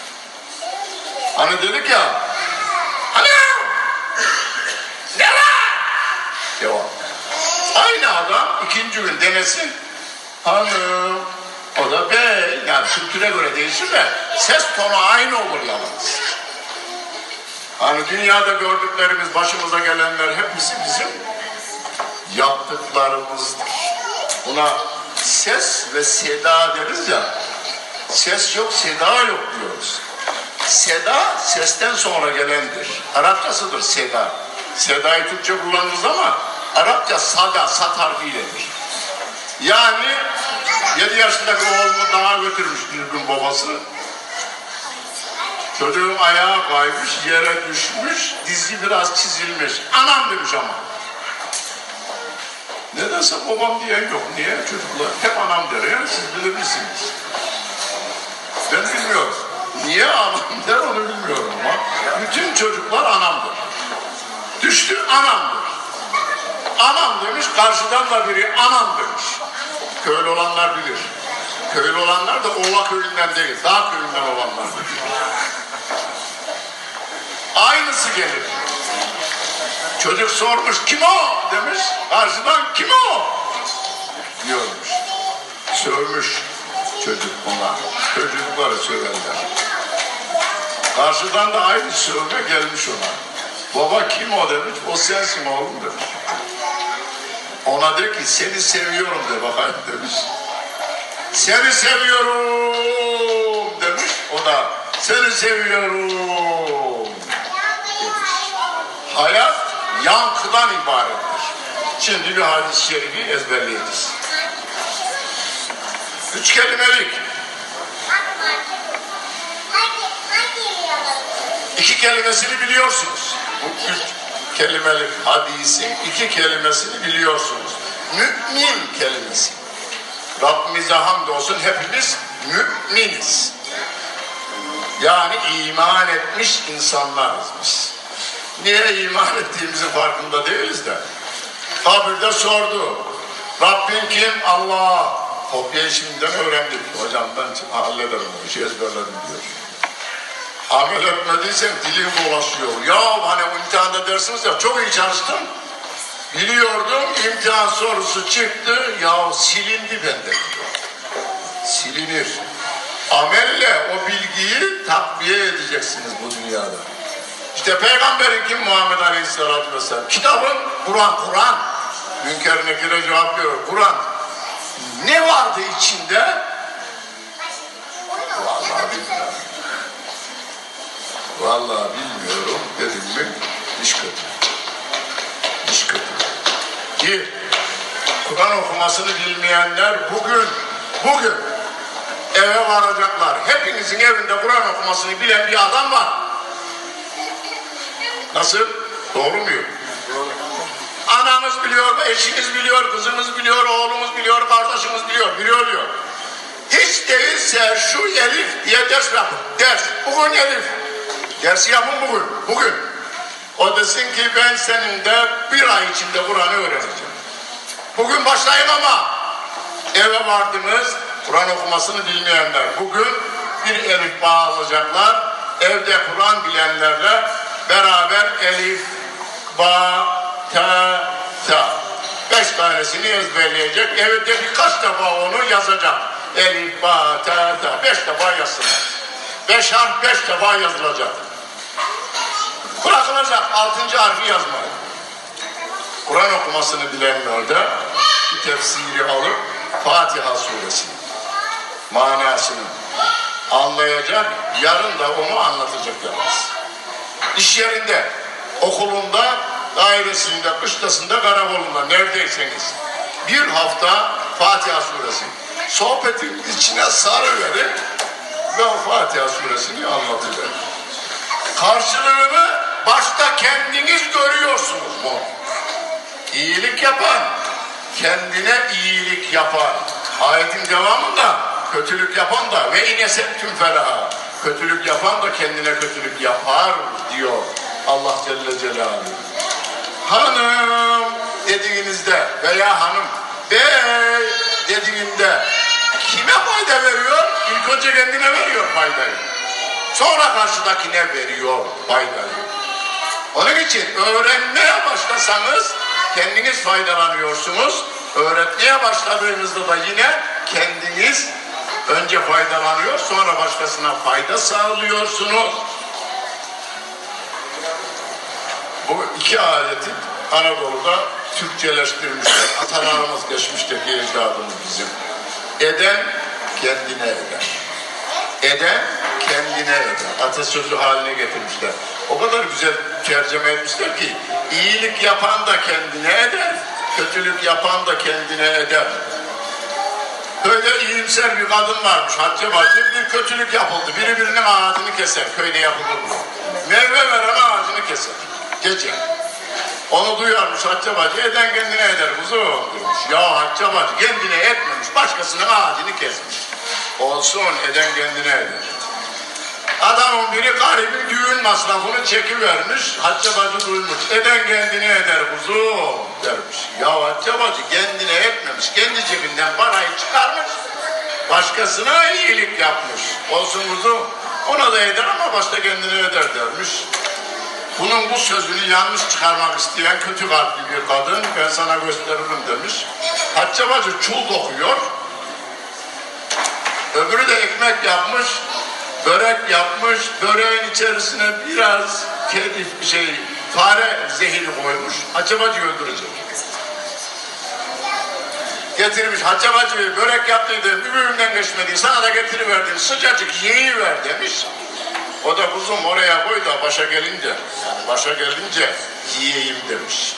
Hani dedik ya, hani ne var? Cevap. Aynı adam ikinci gün denesin, hanım, o da bey, yani kültüre göre değişir de ses tonu aynı olur yalnız. Hani dünyada gördüklerimiz, başımıza gelenler hepsi bizim yaptıklarımızdır. Buna ses ve seda deriz ya, ses yok, seda yok diyoruz. Seda, sesten sonra gelendir. Arapçasıdır seda. Seda'yı Türkçe kullanırız ama Arapça sada, sat harfiyledir. Yani 7 yaşındaki oğlunu dağa götürmüş bir gün babası. Çocuğun ayağı kaymış, yere düşmüş, dizi biraz çizilmiş. Anam demiş ama. Nedense babam diyen yok. Niye? Çocuklar hep anam der. Yani siz bilirsiniz. Ben bilmiyorum. Niye anam der onu bilmiyorum ama bütün çocuklar anamdır. Düştü anamdır. Anam demiş, karşıdan da biri anam demiş. Köylü olanlar bilir. Köylü olanlar da Ova köyünden değil, dağ köyünden olanlar bilir. Aynısı gelir. Çocuk sormuş, kim o demiş. Karşıdan kim o diyormuş. Sövmüş çocuk ona. Çocukları söverler. Karşıdan da aynı sövme gelmiş ona. Baba kim o demiş. O sensin oğlum demiş. Ona de ki seni seviyorum de bakayım demiş. Seni seviyorum demiş. O da seni seviyorum demiş. Hayat yankıdan ibarettir. Şimdi bir hadis-i şerifi ezberleyeceğiz. 3 kelimelik. 2 kelimesini biliyorsunuz. Bu 3 kelimelik hadisin 2 kelimesini biliyorsunuz. Mümin kelimesi. Rabbimize hamdolsun hepimiz müminiz. Yani iman etmiş insanlarız biz. Niye iman ettiğimizin farkında değiliz de. Kabirde sordu. Rabbin kim? Allah. Kopyayı şimdiden öğrendik. Hocam ben hallederim. Bir şey ezberledim diyor. Amel etmediysen dilin dolaşıyor. Ya hani imtihanda dersiniz ya çok iyi çalıştım. Biliyordum imtihan sorusu çıktı. Ya silindi bende. Silinir. Amelle o bilgiyi takviye edeceksiniz bu dünyada. İşte peygamberin kim? Muhammed Aleyhisselatü Vesselam. Kitabın Kur'an. Münker Nekir'e cevap veriyor. Kur'an. Ne vardı içinde? Vallahi bilmiyorum. Vallahi bilmiyorum dedim mi diş kötü. Diş kötü. Ki Kur'an okumasını bilmeyenler bugün eve varacaklar. Hepinizin evinde Kur'an okumasını bilen bir adam var. Nasıl? Doğru muyum? Ananız biliyor, eşiniz biliyor, kızınız biliyor, oğlunuz biliyor, kardeşiniz biliyor, biliyor. Hiç değilse şu Elif diye ders yapın. Ders. Bugün Elif. Dersi yapın bugün. O desin ki ben senin de bir ay içinde Kur'an'ı öğreneceğim. Bugün başlayın ama eve vardınız, Kur'an okumasını bilmeyenler bugün bir elif bağlayacaklar. Evde Kur'an bilenlerle beraber elif, ba, ta, ta. 5 tanesini ezberleyecek. Evde birkaç defa onu yazacak. Elif, ba, ta, ta. 5 defa yazsınlar. 5 harf 5 defa yazılacak. Bırakılacak 6. harfi yazmayı. Kur'an okumasını bilenler de bir tefsiri alıp Fatiha suresini manasını anlayacak, yarın da onu anlatacaklarız. İş yerinde, okulunda, dairesinde, kışlasında, karakolunda, neredeyseniz bir hafta Fatiha suresi sohbetin içine sarıverin ve o Fatiha suresini anlatacak. Karşılığını başta kendiniz görüyorsunuz mu? İyilik yapan, kendine iyilik yapar. Ayetin devamında kötülük yapan da ve inesettüm felaha. Kötülük yapan da kendine kötülük yapar diyor Allah Celle Celaluhu. Hanım dediğinizde veya hanım bey dediğinde kime fayda veriyor? İlk önce kendine veriyor faydayı. Sonra karşıdakine veriyor faydayı. Onun için öğrenmeye başlasanız kendiniz faydalanıyorsunuz. Öğretmeye başladığınızda da yine kendiniz önce faydalanıyor, sonra başkasına fayda sağlıyorsunuz. Bu iki ayeti Anadolu'da Türkçeleştirmişler. Atalarımız geçmişteki ecdadımız bizim. Eden kendine eder. Eden kendine eder. Atasözü haline getirmişler. O kadar güzel tercüme etmişler ki iyilik yapan da kendine eder, kötülük yapan da kendine eder. Köyde iyimser bir kadın varmış, Hatice bacı, bir kötülük yapıldı. Biri birinin ağacını keser, köyde yapılır bu. Meyve veren ağacını keser, gece. Onu duyarmış Hatice bacı, eden kendine eder kuzum demiş. Ya Hatice bacı kendine etmemiş, başkasının ağacını kesmiş. Olsun, eden kendine eder. Adamın biri garibin düğün masrafını çekivermiş, Hatice bacı duymuş. Eden kendine eder kuzum dermiş. Ya Hatice bacı kendine etmemiş, kendi cebinden parayı çıkarmış, başkasına iyilik yapmış. Olsun kuzum, ona da eder ama başta kendine eder dermiş. Bunun bu sözünü yanlış çıkarmak isteyen kötü kalpli bir kadın, ben sana gösteririm demiş. Hatice bacı çul dokuyor, öbürü de ekmek yapmış, börek yapmış, böreğin içerisine biraz fare zehiri koymuş, Hatice bacı öldürecek. Getirmiş, Hatice bacı börek yaptıydı, öbüründen geçmedi, sana da getiriverdim, sıcacık yiyiver demiş. O da kuzum oraya koy da başa gelince yiyeyim demiş.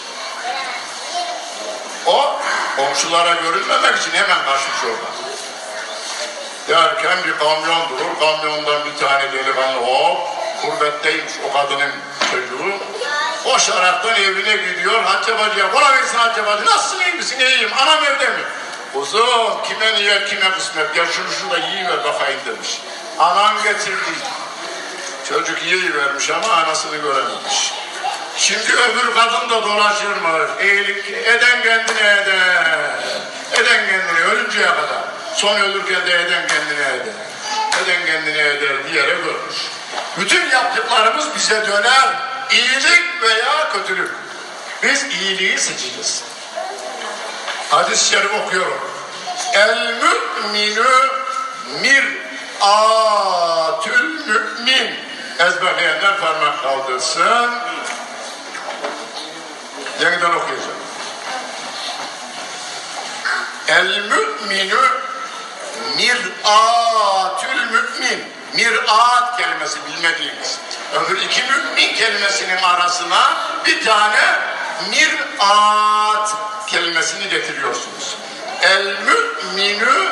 O komşulara görünmemek için hemen kaçmış oradan. Derken bir kamyon durur, kamyondan bir tane delikanlı kurbetteymiş o kadının çocuğu. Koşaraktan evine gidiyor, Hatice bacıya, kolay gelsin Hatice bacı, nasılsın, iyi misin, iyiyim, anam evde mi? Kuzum, kime niyet, kime kısmet, gel şunu da yiyiver bakayım demiş. Anan getirdi. Çocuk yiyivermiş ama anasını görememiş. Şimdi öbür kadın da dolaşırmış, iyilik eden kendine eder. Eden kendine ölünceye kadar. Son ölürken de eden kendine eder. Eden kendine eder diyerek ölmüş. Bütün yaptıklarımız bize döner. İyilik veya kötülük. Biz iyiliği seçeceğiz. Hadis-i şerif okuyorum. El mü'minü mir'atül mü'min. Ezberleyenler parmak kaldırsın. Yeniden okuyacağım. El mü'minü mir'atül mü'min. Mir'at kelimesi bilmediğimiz. Öbür iki mü'min kelimesinin arasına bir tane mir'at kelimesini getiriyorsunuz. El mü'minü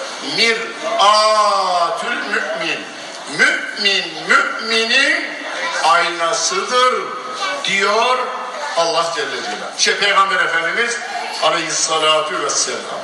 mir'atül mü'min. Mü'min, müminin aynasıdır diyor Allah Celle Celaluhu. Peygamber Efendimiz Aleyhissalatu Vesselam.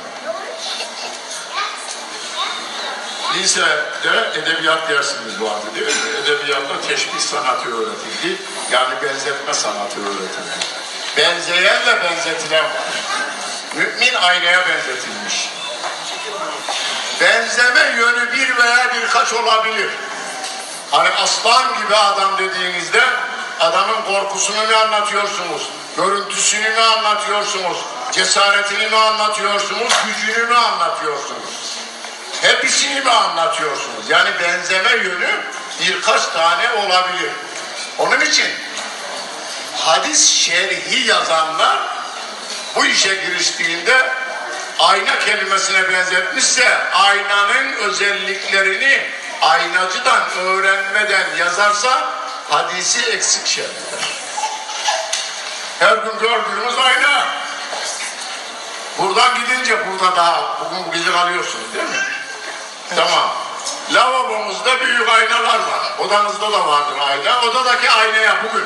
Lisede edebiyat dersimiz vardı değil mi? Edebiyatta teşbih sanatı öğretildi. Yani benzetme sanatı öğretildi. Benzeyenle benzetilen var. Mümin aynaya benzetilmiş. Benzeme yönü bir veya birkaç olabilir. Hani aslan gibi adam dediğinizde adamın korkusunu mu anlatıyorsunuz? Görüntüsünü mü anlatıyorsunuz? Cesaretini mi anlatıyorsunuz? Gücünü mü anlatıyorsunuz? Hepsini mi anlatıyorsunuz? Yani benzeme yönü birkaç tane olabilir. Onun için hadis şerhi yazanlar bu işe giriştiğinde ayna kelimesine benzetmişse aynanın özelliklerini aynacıdan öğrenmeden yazarsa hadisi eksik şerhler. Her gün gördüğümüz ayna. Buradan gidince burada daha bugün bizi alıyorsunuz değil mi? Evet. Tamam. Lavabomuzda büyük aynalar var. Odanızda da vardır ayna. Odadaki aynaya bugün.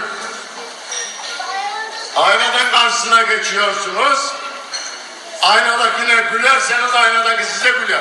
Aynadan karşısına geçiyorsunuz. Aynadakine gülerseniz aynadaki size güler.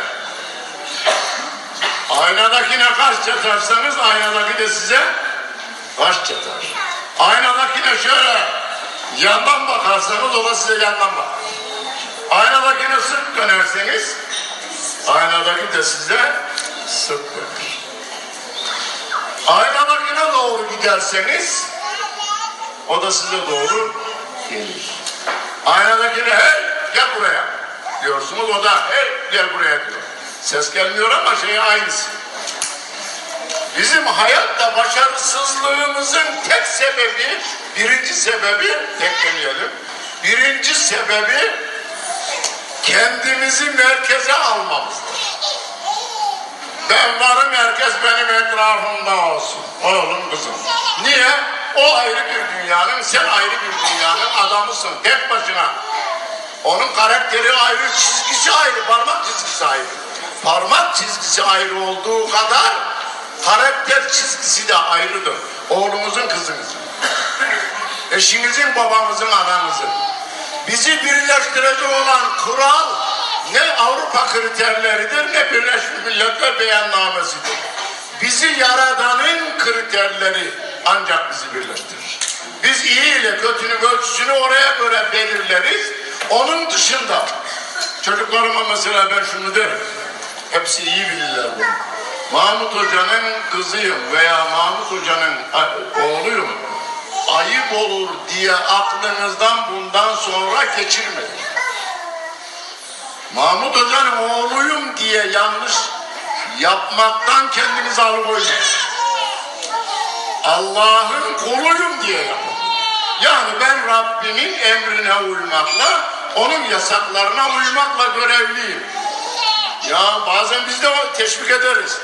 Aynadakine kaş çatarsanız aynadaki de size kaş çatar. Aynadakine şöyle yandan bakarsanız o da size yandan bakar. Aynadakine sırt dönerseniz aynadaki de size sırt döner. Aynadakine doğru giderseniz o da size doğru gelir. Aynadakine hey gel buraya diyorsunuz, o da hey gel buraya diyor. Ses gelmiyor ama şey aynısı. Bizim hayatta başarısızlığımızın tek sebebi, birinci sebebi, tek demeyelim, birinci sebebi kendimizi merkeze almamızdır. Ben varım, herkes benim etrafımda olsun. Oğlum kızım. Niye? O ayrı bir dünyanın, sen ayrı bir dünyanın adamısın. Tek başına. Onun karakteri ayrı, çizgisi ayrı, parmak çizgisi ayrı. Parmak çizgisi ayrı olduğu kadar karakter çizgisi de ayrıdır. Oğlumuzun, kızınızın. Eşinizin, babanızın, ananızın. Bizi birleştirecek olan kural ne Avrupa kriterleridir ne Birleşmiş Milletler beyannamesidir. Bizi yaradanın kriterleri ancak bizi birleştirir. Biz iyi ile kötünün ölçüsünü oraya göre belirleriz. Onun dışında çocuklarıma mesela ben şunu derim. Hepsi iyi bilirler bunu. Mahmut Hoca'nın kızıyım veya Mahmut Hoca'nın oğluyum. Ayıp olur diye aklınızdan bundan sonra geçirmeyin. Mahmut Hoca'nın oğluyum diye yanlış yapmaktan kendinizi alıkoyun. Allah'ın kuluyum diye yapın. Yani ben Rabbimin emrine uymakla, onun yasaklarına uymakla görevliyim. Ya bazen biz de teşvik ederiz.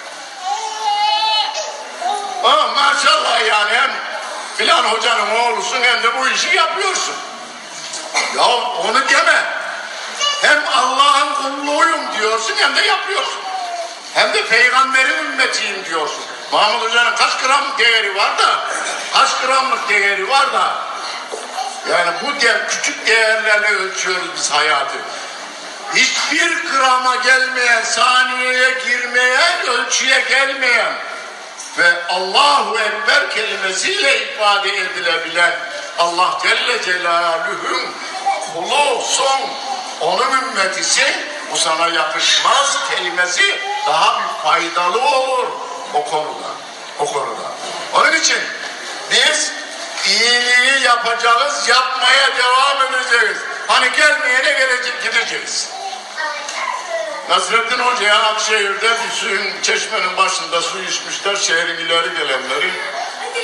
Maşallah yani hem filan hocanın oğlusun hem de bu işi yapıyorsun. Ya onu deme. Hem Allah'ın kulluğuyum diyorsun hem de yapıyorsun. Hem de peygamberin ümmetiyim diyorsun. Mahmut Hoca'nın kaç gram değeri var da, kaç gramlık değeri var da, yani bu küçük değerlerle ölçüyoruz biz hayatı. Hiçbir grama gelmeyen, saniyeye girmeyen, ölçüye gelmeyen ve Allahu Ekber kelimesiyle ifade edilebilen Allah Celle Celaluhu'nun kulu son, onun ümmetisin, bu sana yakışmaz kelimesi daha bir faydalı olur o konuda. Onun için biz iyiliği yapacağız, yapmaya devam edeceğiz. Hani gelmeyene gideceğiz. Nasrettin Hoca'ya Akşehir'de bir suyun, çeşmenin başında su içmişler şehrin ileri gelenleri.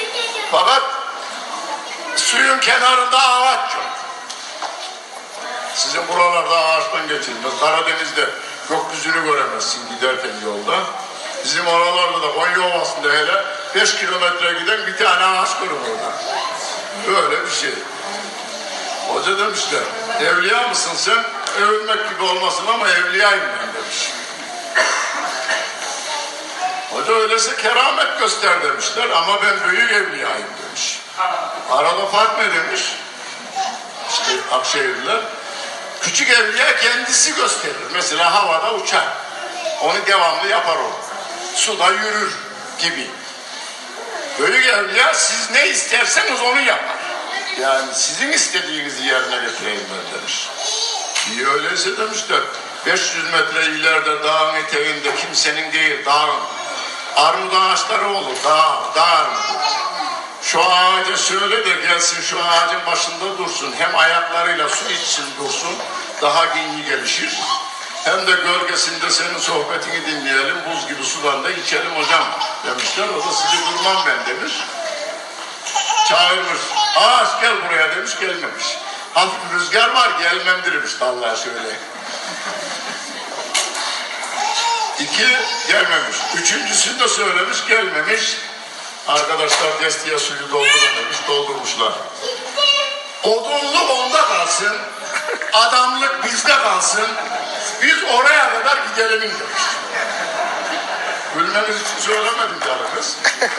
Fakat suyun kenarında ağaç yok. Sizin buralarda ağaçtan geçilmez. Karadeniz'de gökyüzünü göremezsin giderken yolda. Bizim oralarda da Konya Ovası'nda hele 5 kilometre giden bir tane ağaç görür orada. Böyle bir şey. Hoca demişler, evliya mısın sen? Övünmek gibi olmasın ama evliyayım ben demiş. Hoca öyleyse keramet göster demişler ama ben büyük evliyayım demiş. Arada fark ne demiş? İşte Akşehirliler. Küçük evliya kendisi gösterir. Mesela havada uçar. Onu devamlı yapar o. Suda yürür gibi. Büyük evliya siz ne isterseniz onu yapar. Yani sizin istediğinizi yerine getireyim ben demiş. İyi öyleyse demişler. 500 metre ileride dağın eteğinde kimsenin değil dağın. Armut ağaçları olur. Dağ armudu. Şu ağaca söyle de gelsin şu ağacın başında dursun. Hem ayaklarıyla su içsin dursun. Daha iyi gelişir. Hem de gölgesinde senin sohbetini dinleyelim. Buz gibi sudan da içelim hocam demişler. O da sizi durmam ben demiş. Çağırmış. Ağaç gel buraya demiş, gelmemiş. Hafif rüzgar var gelmem demiş Allah'a söyle. 2 gelmemiş. 3.'sünü de söylemiş gelmemiş. Arkadaşlar destiye suyu doldurun demiş, doldurmuşlar. Odunluk onda kalsın, adamlık bizde kalsın, biz oraya kadar gidelim demiş. Gülmeniz için söylemedim canınız.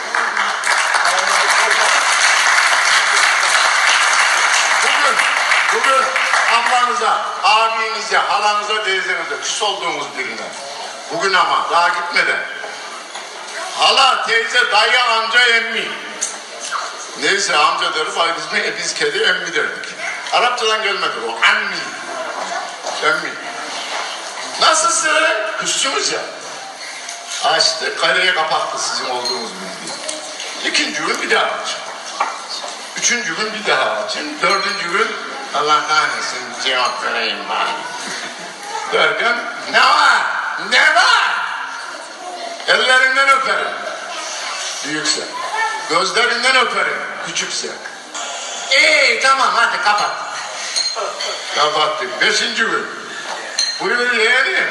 Bugün ablanıza, abinize, halanıza, teyzenize, küs olduğumuz birine. Bugün ama daha gitmeden. Hala, teyze, dayı, amca, emmi. Neyse amca deriz, biz kedi emmi derdik. Arapçadan gelmedi o, emmi. Emmi. Nasılsın? Küssünüz ya. Açtı, kaleye kapattı sizin olduğunuz bildiğin. 2. gün bir daha açın. 3. gün bir daha açın. 4. gün Allah kahretsin cevap vereyim bari. Derken ne var? Ne var? Ellerinden öperim. Büyükse. Gözlerinden öperim. Küçükse. Tamam hadi kapat. Kapattık. 5. gün. Buyur yeğenim.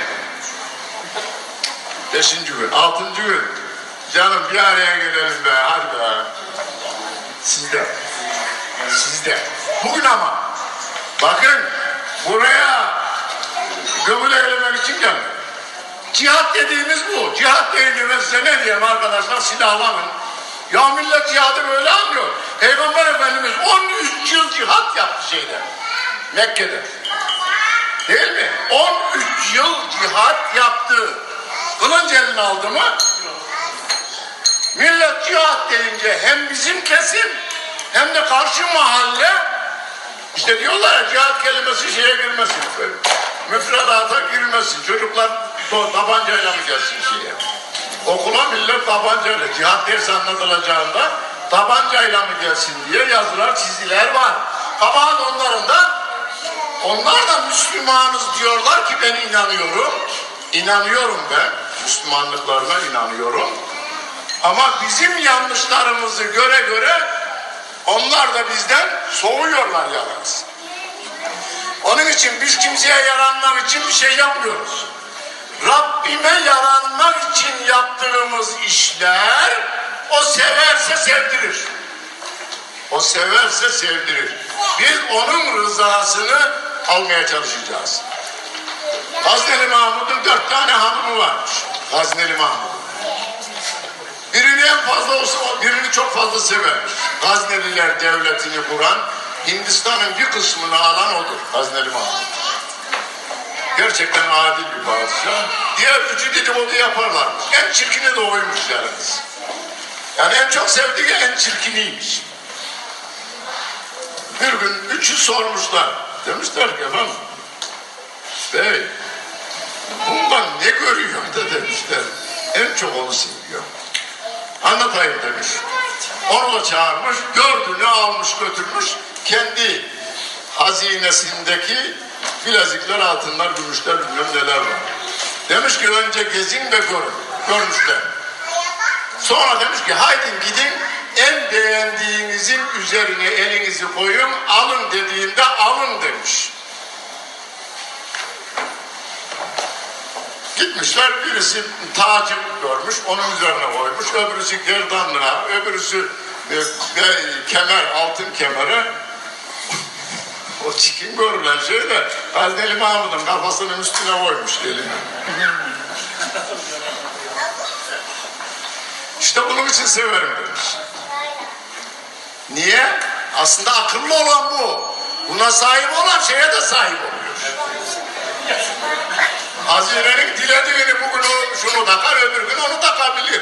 5. gün. 6. gün. Canım bir araya gelelim be. Hadi be. Sizde. Bugün ama. Bakın buraya gömül eylemek için geldim. Cihat dediğimiz bu. Cihat deyince ben size ne diyeyim arkadaşlar, silahlanın. Ya millet cihadı böyle anlıyor. Peygamber Efendimiz 13 yıl cihat yaptı Mekke'de. Değil mi? 13 yıl cihat yaptı. Kılınç eline aldı mı? Millet cihat deyince hem bizim kesim hem de karşı mahalle işte diyorlar ya cihat kelimesi şeye girmesin. Müfredata girmesin. Çocuklar tabancayla mı gelsin şeye? Okula millet tabancayla, cihat dersi anlatılacağında tabancayla mı gelsin diye yazılar, çiziler var. Kabahat onların da, onlar da Müslümanız diyorlar ki ben inanıyorum. İnanıyorum ben, Müslümanlıklarına inanıyorum. Ama bizim yanlışlarımızı göre onlar da bizden soğuyorlar yalnız. Onun için biz kimseye yaranmak için bir şey yapmıyoruz. Rabbime yaranmak için yaptığımız işler o severse sevdirir. O severse sevdirir. Biz onun rızasını almaya çalışacağız. Gazneli Mahmud'un 4 tane hanımı varmış. Gazneli Mahmud. Birini çok fazla severmiş. Gazneliler devletini kuran, Hindistan'ın bir kısmını alan odur. Gazneli Mahmud. Gerçekten adil bir padişah. Diğer 3'ü dedikodu yaparlarmış. En çirkini de oymuş yalnız. Yani en çok sevdiği en çirkiniymiş. Bir gün 3'ü sormuşlar. Demişler ki efendim, bey bundan ne görüyor da demişler. En çok onu seviyor. Anlatayım demiş. Onu da çağırmış, gördüğünü almış götürmüş. Kendi hazinesindeki bilezikler, altınlar, gümüşler, bilmem neler var. Demiş ki önce gezin ve görün. Görmüşler. Sonra demiş ki haydi gidin en beğendiğinizin üzerine elinizi koyun, alın dediğimde alın demiş. Gitmişler, birisi tacı görmüş, onun üzerine koymuş, öbürüsü gerdanlığa, öbürüsü kemer, altın kemeri. O çirkin görülen şey de Gazneli Mahmud'un kafasının üstüne koymuş elini. İşte bunun için severim demiş. Niye? Aslında akıllı olan bu. Buna sahip olan şeye de sahip oluyor. Hazinenin dilediğini bugün şunu takar, öbür gün onu takabilir.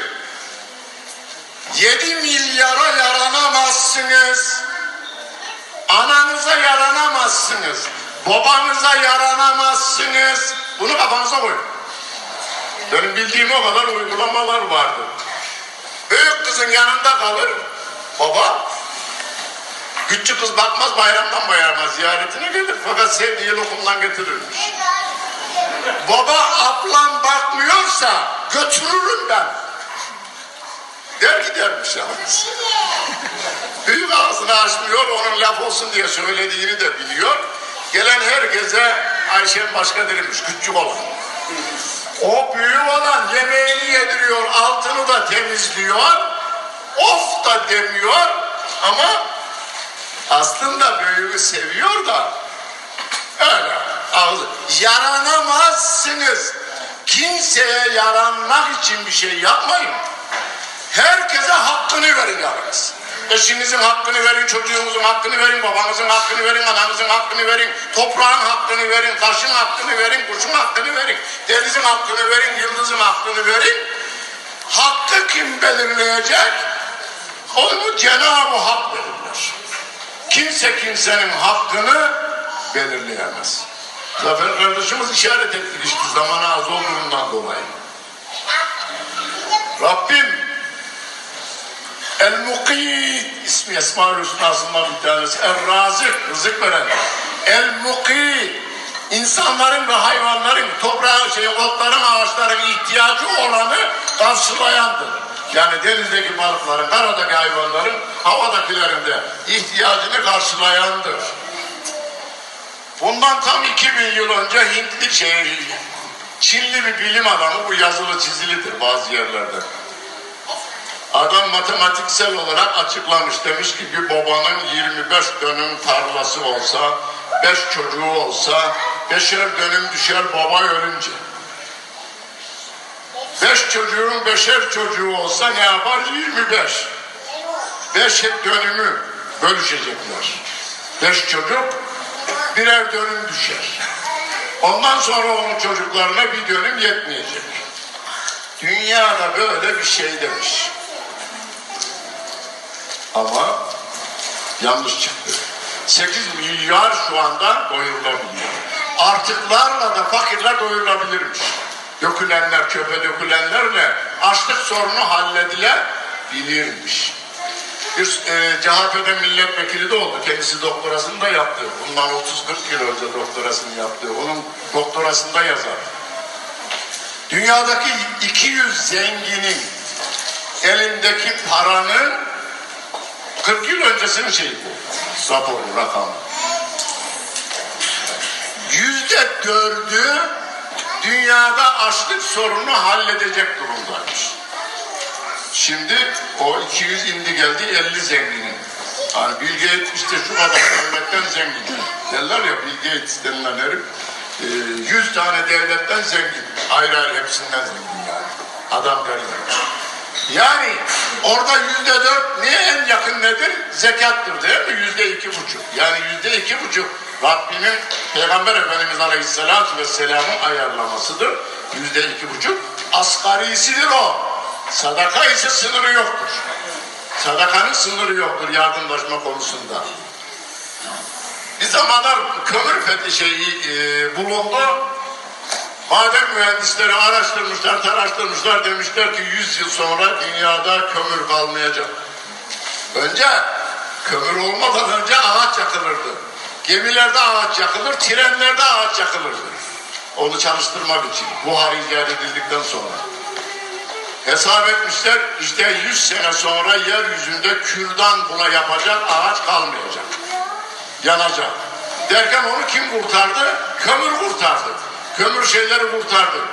7 milyara yaranamazsınız. Ananıza yaranamazsınız. Babanıza yaranamazsınız. Bunu kafanıza koyun. Benim bildiğim o kadar uygulamalar vardı. Büyük kızın yanında kalır baba. Küçük kız bakmaz, bayramdan bayrama ziyaretine gelir. Fakat sevdiği lokumdan getirirmiş. Baba ablam bakmıyorsa götürürüm ben. Der gidermiş yalnız. Büyük ağzını açmıyor, onun laf olsun diye söylediğini de biliyor. Gelen herkese Ayşem başka derilmiş, küçük olan. O büyük olan yemeğini yediriyor, altını da temizliyor, of da demiyor ama aslında büyüğü seviyor da öyle ağzı. Yaranamazsınız. Kimseye yaranmak için bir şey yapmayın. Herkese hakkını verin yalnız. Eşinizin hakkını verin, çocuğunuzun hakkını verin, babanızın hakkını verin, ananızın hakkını verin, toprağın hakkını verin, taşın hakkını verin, kuşun hakkını verin, denizin hakkını verin, yıldızın hakkını verin. Hakkı kim belirleyecek? Onu Cenab-ı Hak belirler. Kimse kimsenin hakkını belirleyemez. Zafer kardeşimiz işaret etti işte zamanı az olduğundan dolayı. Rabbim El-Mukit ismi Esma-ül Hüsna'sından bir tanesi. Er-Razık, rızık veren. El-Mukit insanların ve hayvanların, toprağın, otların, ağaçların ihtiyacı olanı karşılayandır. Yani denizdeki balıkların, karadaki hayvanların, havadakilerin de ihtiyacını karşılayandır. Bundan tam 2000 yıl önce Hintli Çinli bir bilim adamı, bu yazılı çizilidir bazı yerlerde. Adam matematiksel olarak açıklamış, demiş ki bir babanın 25 dönüm tarlası olsa, 5 çocuğu olsa, 5'er dönüm düşer baba ölünce. 5 çocuğun 5'er çocuğu olsa ne yapar? 25. 5 dönümü bölüşecekler. 5 çocuk birer dönüm düşer. Ondan sonra onun çocuklarına bir dönüm yetmeyecek. Dünyada böyle bir şey demiş. Ama yanlış çıktı. 8 milyar şu anda doyurulabiliyor. Artıklarla da fakirler doyurulabilirmiş. Dökülenler, çöpe dökülenlerle açlık sorunu halledilebilirmiş. Bir CHP'de milletvekili de oldu. Kendisi doktorasını da yaptı. Bundan 30-40 yıl önce doktorasını yaptı. Onun doktorasında yazar. Dünyadaki 200 zenginin elindeki paranın 40 yıl öncesinin şeyi bu. Raporu, rakamı. %4'ü dünyada açlık sorununu halledecek durumdaymış. Şimdi o 200 indi geldi 50 zenginin. Yani Bill Gates işte şu kadar devletten zengin. Derler ya Bill Gates denilen herif 100 tane devletten zengin. Ayrı ayrı hepsinden zengin yani. Adam derler. Yani orada %4 niye en yakın nedir? Zekattır değil mi? %2,5. Yani %2,5 Rabbinin Peygamber Efendimiz Aleyhisselatü Vesselam'ın ayarlamasıdır. %2,5 asgarisidir o. Sadaka ise sınırı yoktur. Sadakanın sınırı yoktur yardımlaşma konusunda. Bir zamanlar kömür bulundu. Maden mühendisleri araştırmışlar, taraştırmışlar, demişler ki 100 yıl sonra dünyada kömür kalmayacak. Önce kömür olmadan önce ağaç yakılırdı. Gemilerde ağaç yakılır, trenlerde ağaç yakılırdı. Onu çalıştırmak için. Buhar icat edildikten sonra. Hesap etmişler, işte 100 sene sonra yeryüzünde kürdan buna yapacak ağaç kalmayacak. Yanacak. Derken onu kim kurtardı? Kömür kurtardı. Kömür şeyleri kurtardı.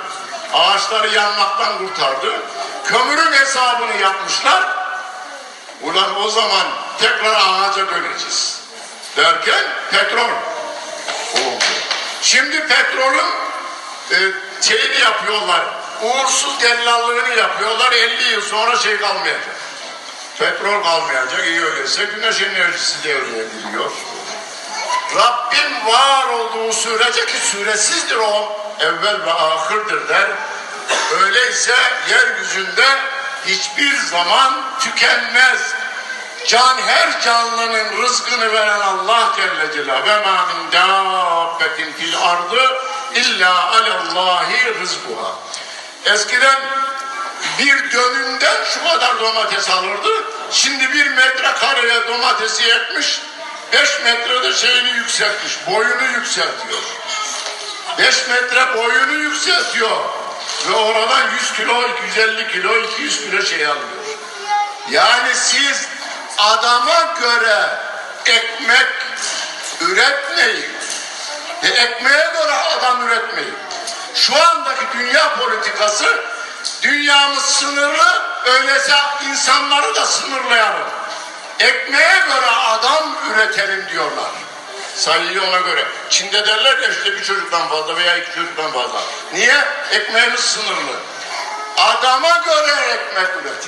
Ağaçları yanmaktan kurtardı. Kömürün hesabını yapmışlar. Ulan o zaman tekrar ağaca döneceğiz. Derken petrol oldu. Şimdi petrolün şeyini yapıyorlar. Uğursuz dellallığını yapıyorlar. 50 yıl sonra şey kalmayacak. Petrol kalmayacak. İyi öyleyse güneş enerjisi devreye giriyor. Rabbim var olduğu sürece ki süresizdir o. Evvel ve ahırdır der. Öyleyse yeryüzünde hiçbir zaman tükenmez. Her canlının rızkını veren Allah Celle Celaluhu ve mâ min dâbbetin fil ardı illa alallahi rızkuha. Eskiden bir dönümden şu kadar domates alırdı. Şimdi 1 metrekareye domatesi ekmiş. 5 metrede şeyini yükseltmiş. Boyunu yükseltiyor. 5 metre boyunu yükseltiyor. Ve oradan 100 kilo, 250 kilo, 200 kilo şey alıyor. Yani siz adama göre ekmek üretmeyin. Ekmeğe göre adam üretmeyin. Şu andaki dünya politikası, dünyamız sınırlı, öyleyse insanları da sınırlayalım. Ekmeğe göre adam üretelim diyorlar. Sayıyı ona göre. Çin'de derler ya işte bir çocuktan fazla veya 2 çocuktan fazla. Niye? Ekmeğimiz sınırlı. Adama göre ekmek üretin.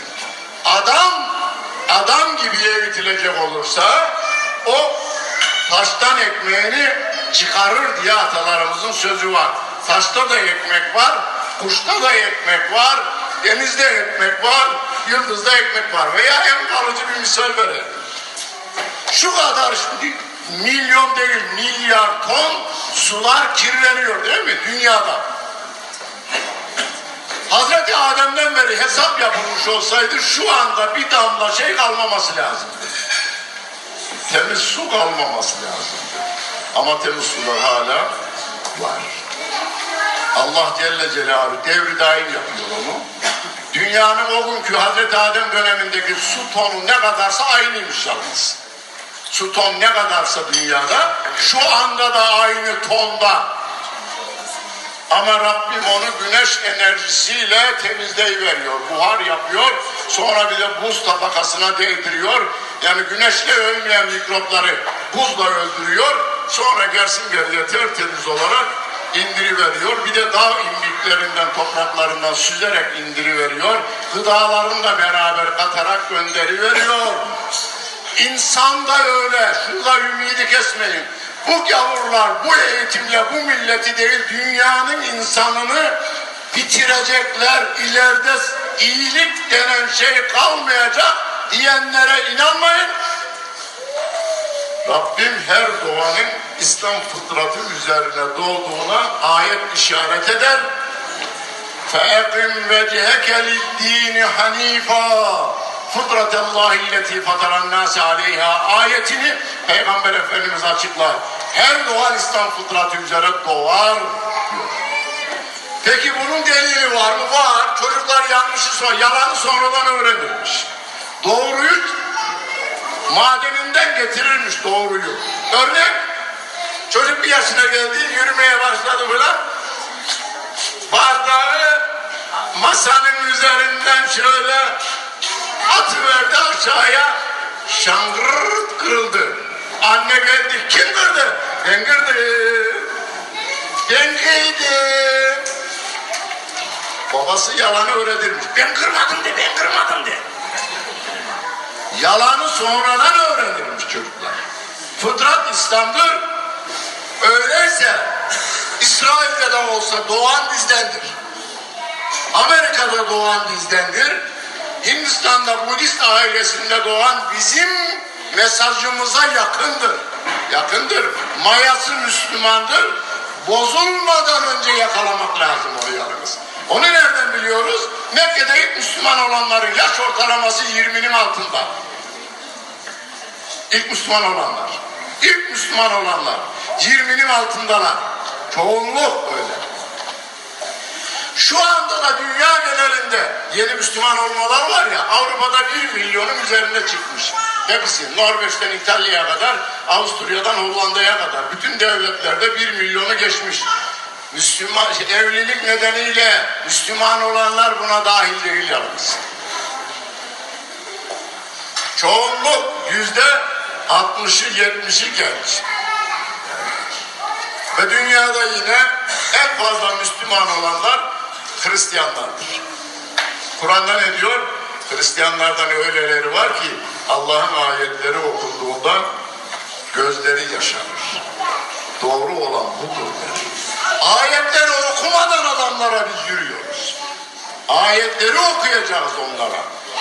Adam gibi eğitilecek olursa o taştan ekmeğini çıkarır diye atalarımızın sözü var. Taşta da ekmek var, kuşta da ekmek var, denizde ekmek var, yıldızda ekmek var. Veya en kalıcı bir misal verelim. Şu kadar milyon değil milyar ton sular kirleniyor değil mi dünyada? Hazreti Adem'den beri hesap yapılmış olsaydı şu anda bir damla şey kalmaması lazım. Temiz su kalmaması lazım. Ama temiz sular hala var. Allah Celle Celaluhu devri daim yapıyor onu. Dünyanın o günkü Hazreti Adem dönemindeki su tonu ne kadarsa aynıymış yalnız. Su ton ne kadarsa dünyada şu anda da aynı tonda. Ama Rabbim onu güneş enerjisiyle temizleyiveriyor. Buhar yapıyor. Sonra bir de buz tabakasına değdiriyor. Yani güneşle ölmeyen mikropları buzla öldürüyor. Sonra gelsin geriye tertemiz olarak indiriveriyor. Bir de dağ imdiklerinden, topraklarından süzerek indiriveriyor. Gıdalarını da beraber katarak gönderiveriyor. İnsan da öyle. Şurada ümidi kesmeyin. Bu gavurlar bu eğitimle bu milleti değil dünyanın insanını bitirecekler. İleride iyilik denen şey kalmayacak diyenlere inanmayın. Rabbim her doğanın İslam fıtratı üzerine doğduğuna ayet işaret eder. فَاَقِمْ وَجْهَكَ لِلدِّينِ حَن۪يفًا Fıtratallâhilleti fatarannâse aleyha ayetini Peygamber Efendimiz açıklar. Her doğan İslam fıtratı üzere doğar diyor. Peki bunun delili var mı? Var. Çocuklar yalanı sonradan öğrenilmiş. Doğruyu madeninden getirirmiş doğruyu. Örnek, çocuk 1 yaşına geldi, yürümeye başladı falan. Bardağı masanın üzerinden şöyle atıverdi aşağıya, şangırt kırıldı. Anne geldi, kim kırdı? Ben kırdım. Ben kırdım. Babası yalanı öğretirmiş. Ben kırmadım de, ben kırmadım de. Yalanı sonradan öğrenirmiş çocuklar. Fıtrat İslam'dır. Öyleyse İsrail'de de olsa doğan bizdendir. Amerika'da doğan bizdendir. Hindistan'da Budist ailesinde doğan bizim mesajımıza yakındır. Yakındır. Mayası Müslümandır. Bozulmadan önce yakalamak lazım o yalnız. Onu nereden biliyoruz? Mekke'de ilk Müslüman olanların yaş ortalaması 20'nin altında. İlk Müslüman olanlar. İlk Müslüman olanlar 20'nin altındalar. Çoğunluk öyle. Şu anda da dünya genelinde yeni Müslüman olmalar var ya, Avrupa'da 1 milyonun üzerinde çıkmış. Hepsi Norveç'ten İtalya'ya kadar, Avusturya'dan Hollanda'ya kadar bütün devletlerde 1 milyonu geçmiş. Müslüman, evlilik nedeniyle Müslüman olanlar buna dahil değil yalnız. Çoğunluk %60'ı 70'i genç. Ve dünyada yine en fazla Müslüman olanlar Hristiyanlardır. Kur'an'da ne diyor? Hristiyanlardan öyleleri var ki Allah'ın ayetleri okunduğunda gözleri yaşarır. Doğru olan budur der. Ayetleri okumadan adamlara biz yürüyoruz. Ayetleri okuyacağız onlara.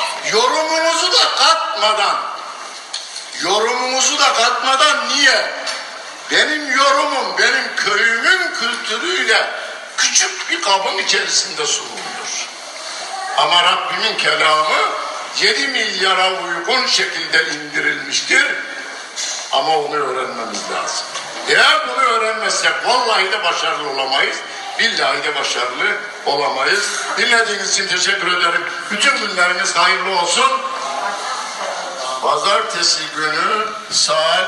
Yorumumuzu da katmadan niye? Benim yorumum, benim köyümün kültürüyle küçük bir kabın içerisinde sunulur. Ama Rabbimin kelamı 7 milyara uygun şekilde indirilmiştir. Ama onu öğrenmemiz lazım. Eğer bunu öğrenmezsek vallahi de başarılı olamayız. Billahi de başarılı olamayız. Dinlediğiniz için teşekkür ederim. Bütün günleriniz hayırlı olsun. Pazartesi günü saat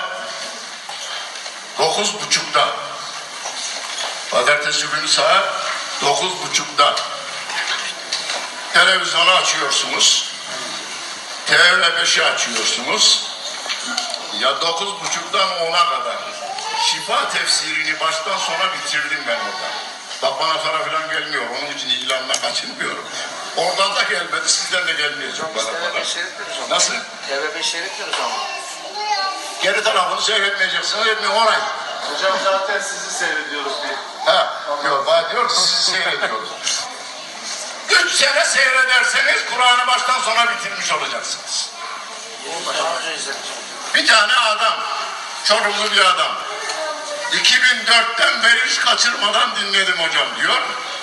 9.30'da. Pazartesi günü saat 9.30'da. Televizyonu açıyorsunuz. TV5'i açıyorsunuz. Ya 9.30'dan 10'a kadar. Şifa tefsirini baştan sona bitirdim ben orada. Bak bana para falan gelmiyor. Onun için ilanla kaçınmıyorum. Oradan da gelmedi. Sizden de gelmeyecek bana para. Nasıl? TV5 seyretmiyoruz ama. Geri tarafını seyretmeyeceksiniz. Etmeyin orayı. Hocam zaten sizi seyrediyoruz bir. Ha, yok bana diyor ki sizi seyrediyoruz. 3 sene seyrederseniz Kur'an'ı baştan sona bitirmiş olacaksınız. Bir tane adam, Çorumlu bir adam. 2004'ten beri hiç kaçırmadan dinledim hocam diyor.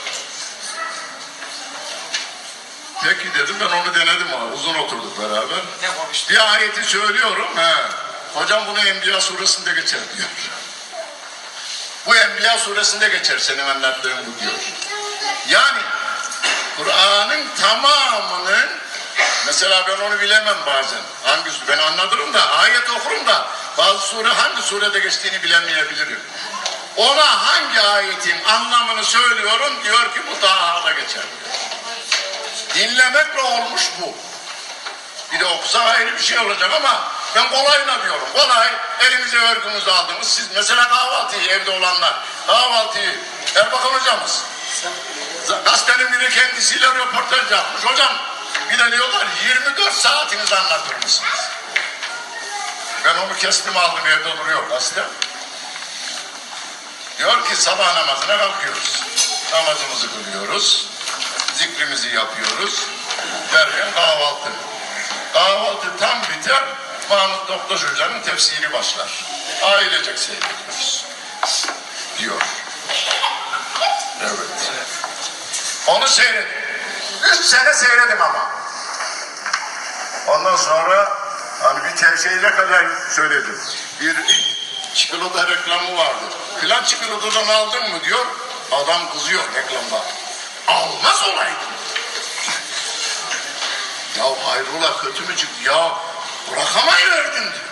Peki dedim, ben onu denedim abi. Uzun oturduk beraber. Bir ayeti söylüyorum. Hocam bunu Enbiya suresinde geçer diyor. Bu Enbiya suresinde geçer senin anlattığın bu diyor. Yani Kur'an'ın tamamının, mesela ben onu bilemem bazen. Hangisi ben anlatırım da, ayet okurum da bazı sure hangi surede geçtiğini bilemeyebilirim. Ona hangi ayetin anlamını söylüyorum, diyor ki bu Taha'da geçer. Dinlemekle olmuş bu. Bir de okusa ayrı bir şey olacak ama ben kolayına diyorum. Kolay, elinize örgünüzü aldınız. Siz mesela kahvaltıyı, evde olanlar, kahvaltıyı Erbakan hocamız. Gazetenin biri kendisiyle röportaj yapmış. Hocam bir de diyorlar 24 saatinizi anlatır mısınız? Ben onu kestim aldım, evde duruyor gazete. Diyor ki sabah namazına kalkıyoruz. Namazımızı kılıyoruz. Zikrimizi yapıyoruz. Derken kahvaltı. Kahvaltı tam biter. Mahmut Toptaş Hoca'nın tefsiri başlar. Ailecek seyrediyoruz. Diyor. Evet. Onu seyredim. 3 sene seyredim ama. Ondan sonra hani bir şeyle kadar söyledim. Bir çikolata reklamı vardı. Filan çikolatadan aldın mı diyor. Adam kızıyor reklamda. Almaz olaydım. Ya hayrola kötü mü çıktı? Ya bırakamayıverdin diyor.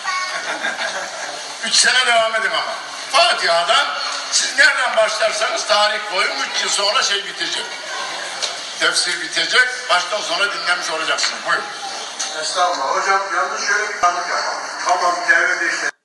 3 sene devam edin ama. Fatiha'dan siz nereden başlarsanız tarih boyu 3 yıl sonra şey bitecek. Tefsir bitecek. Baştan sona dinlemiş olacaksınız. Buyurun. Estağfurullah. Hocam yalnız şöyle bir anlık yapalım. Tamam, devre işte.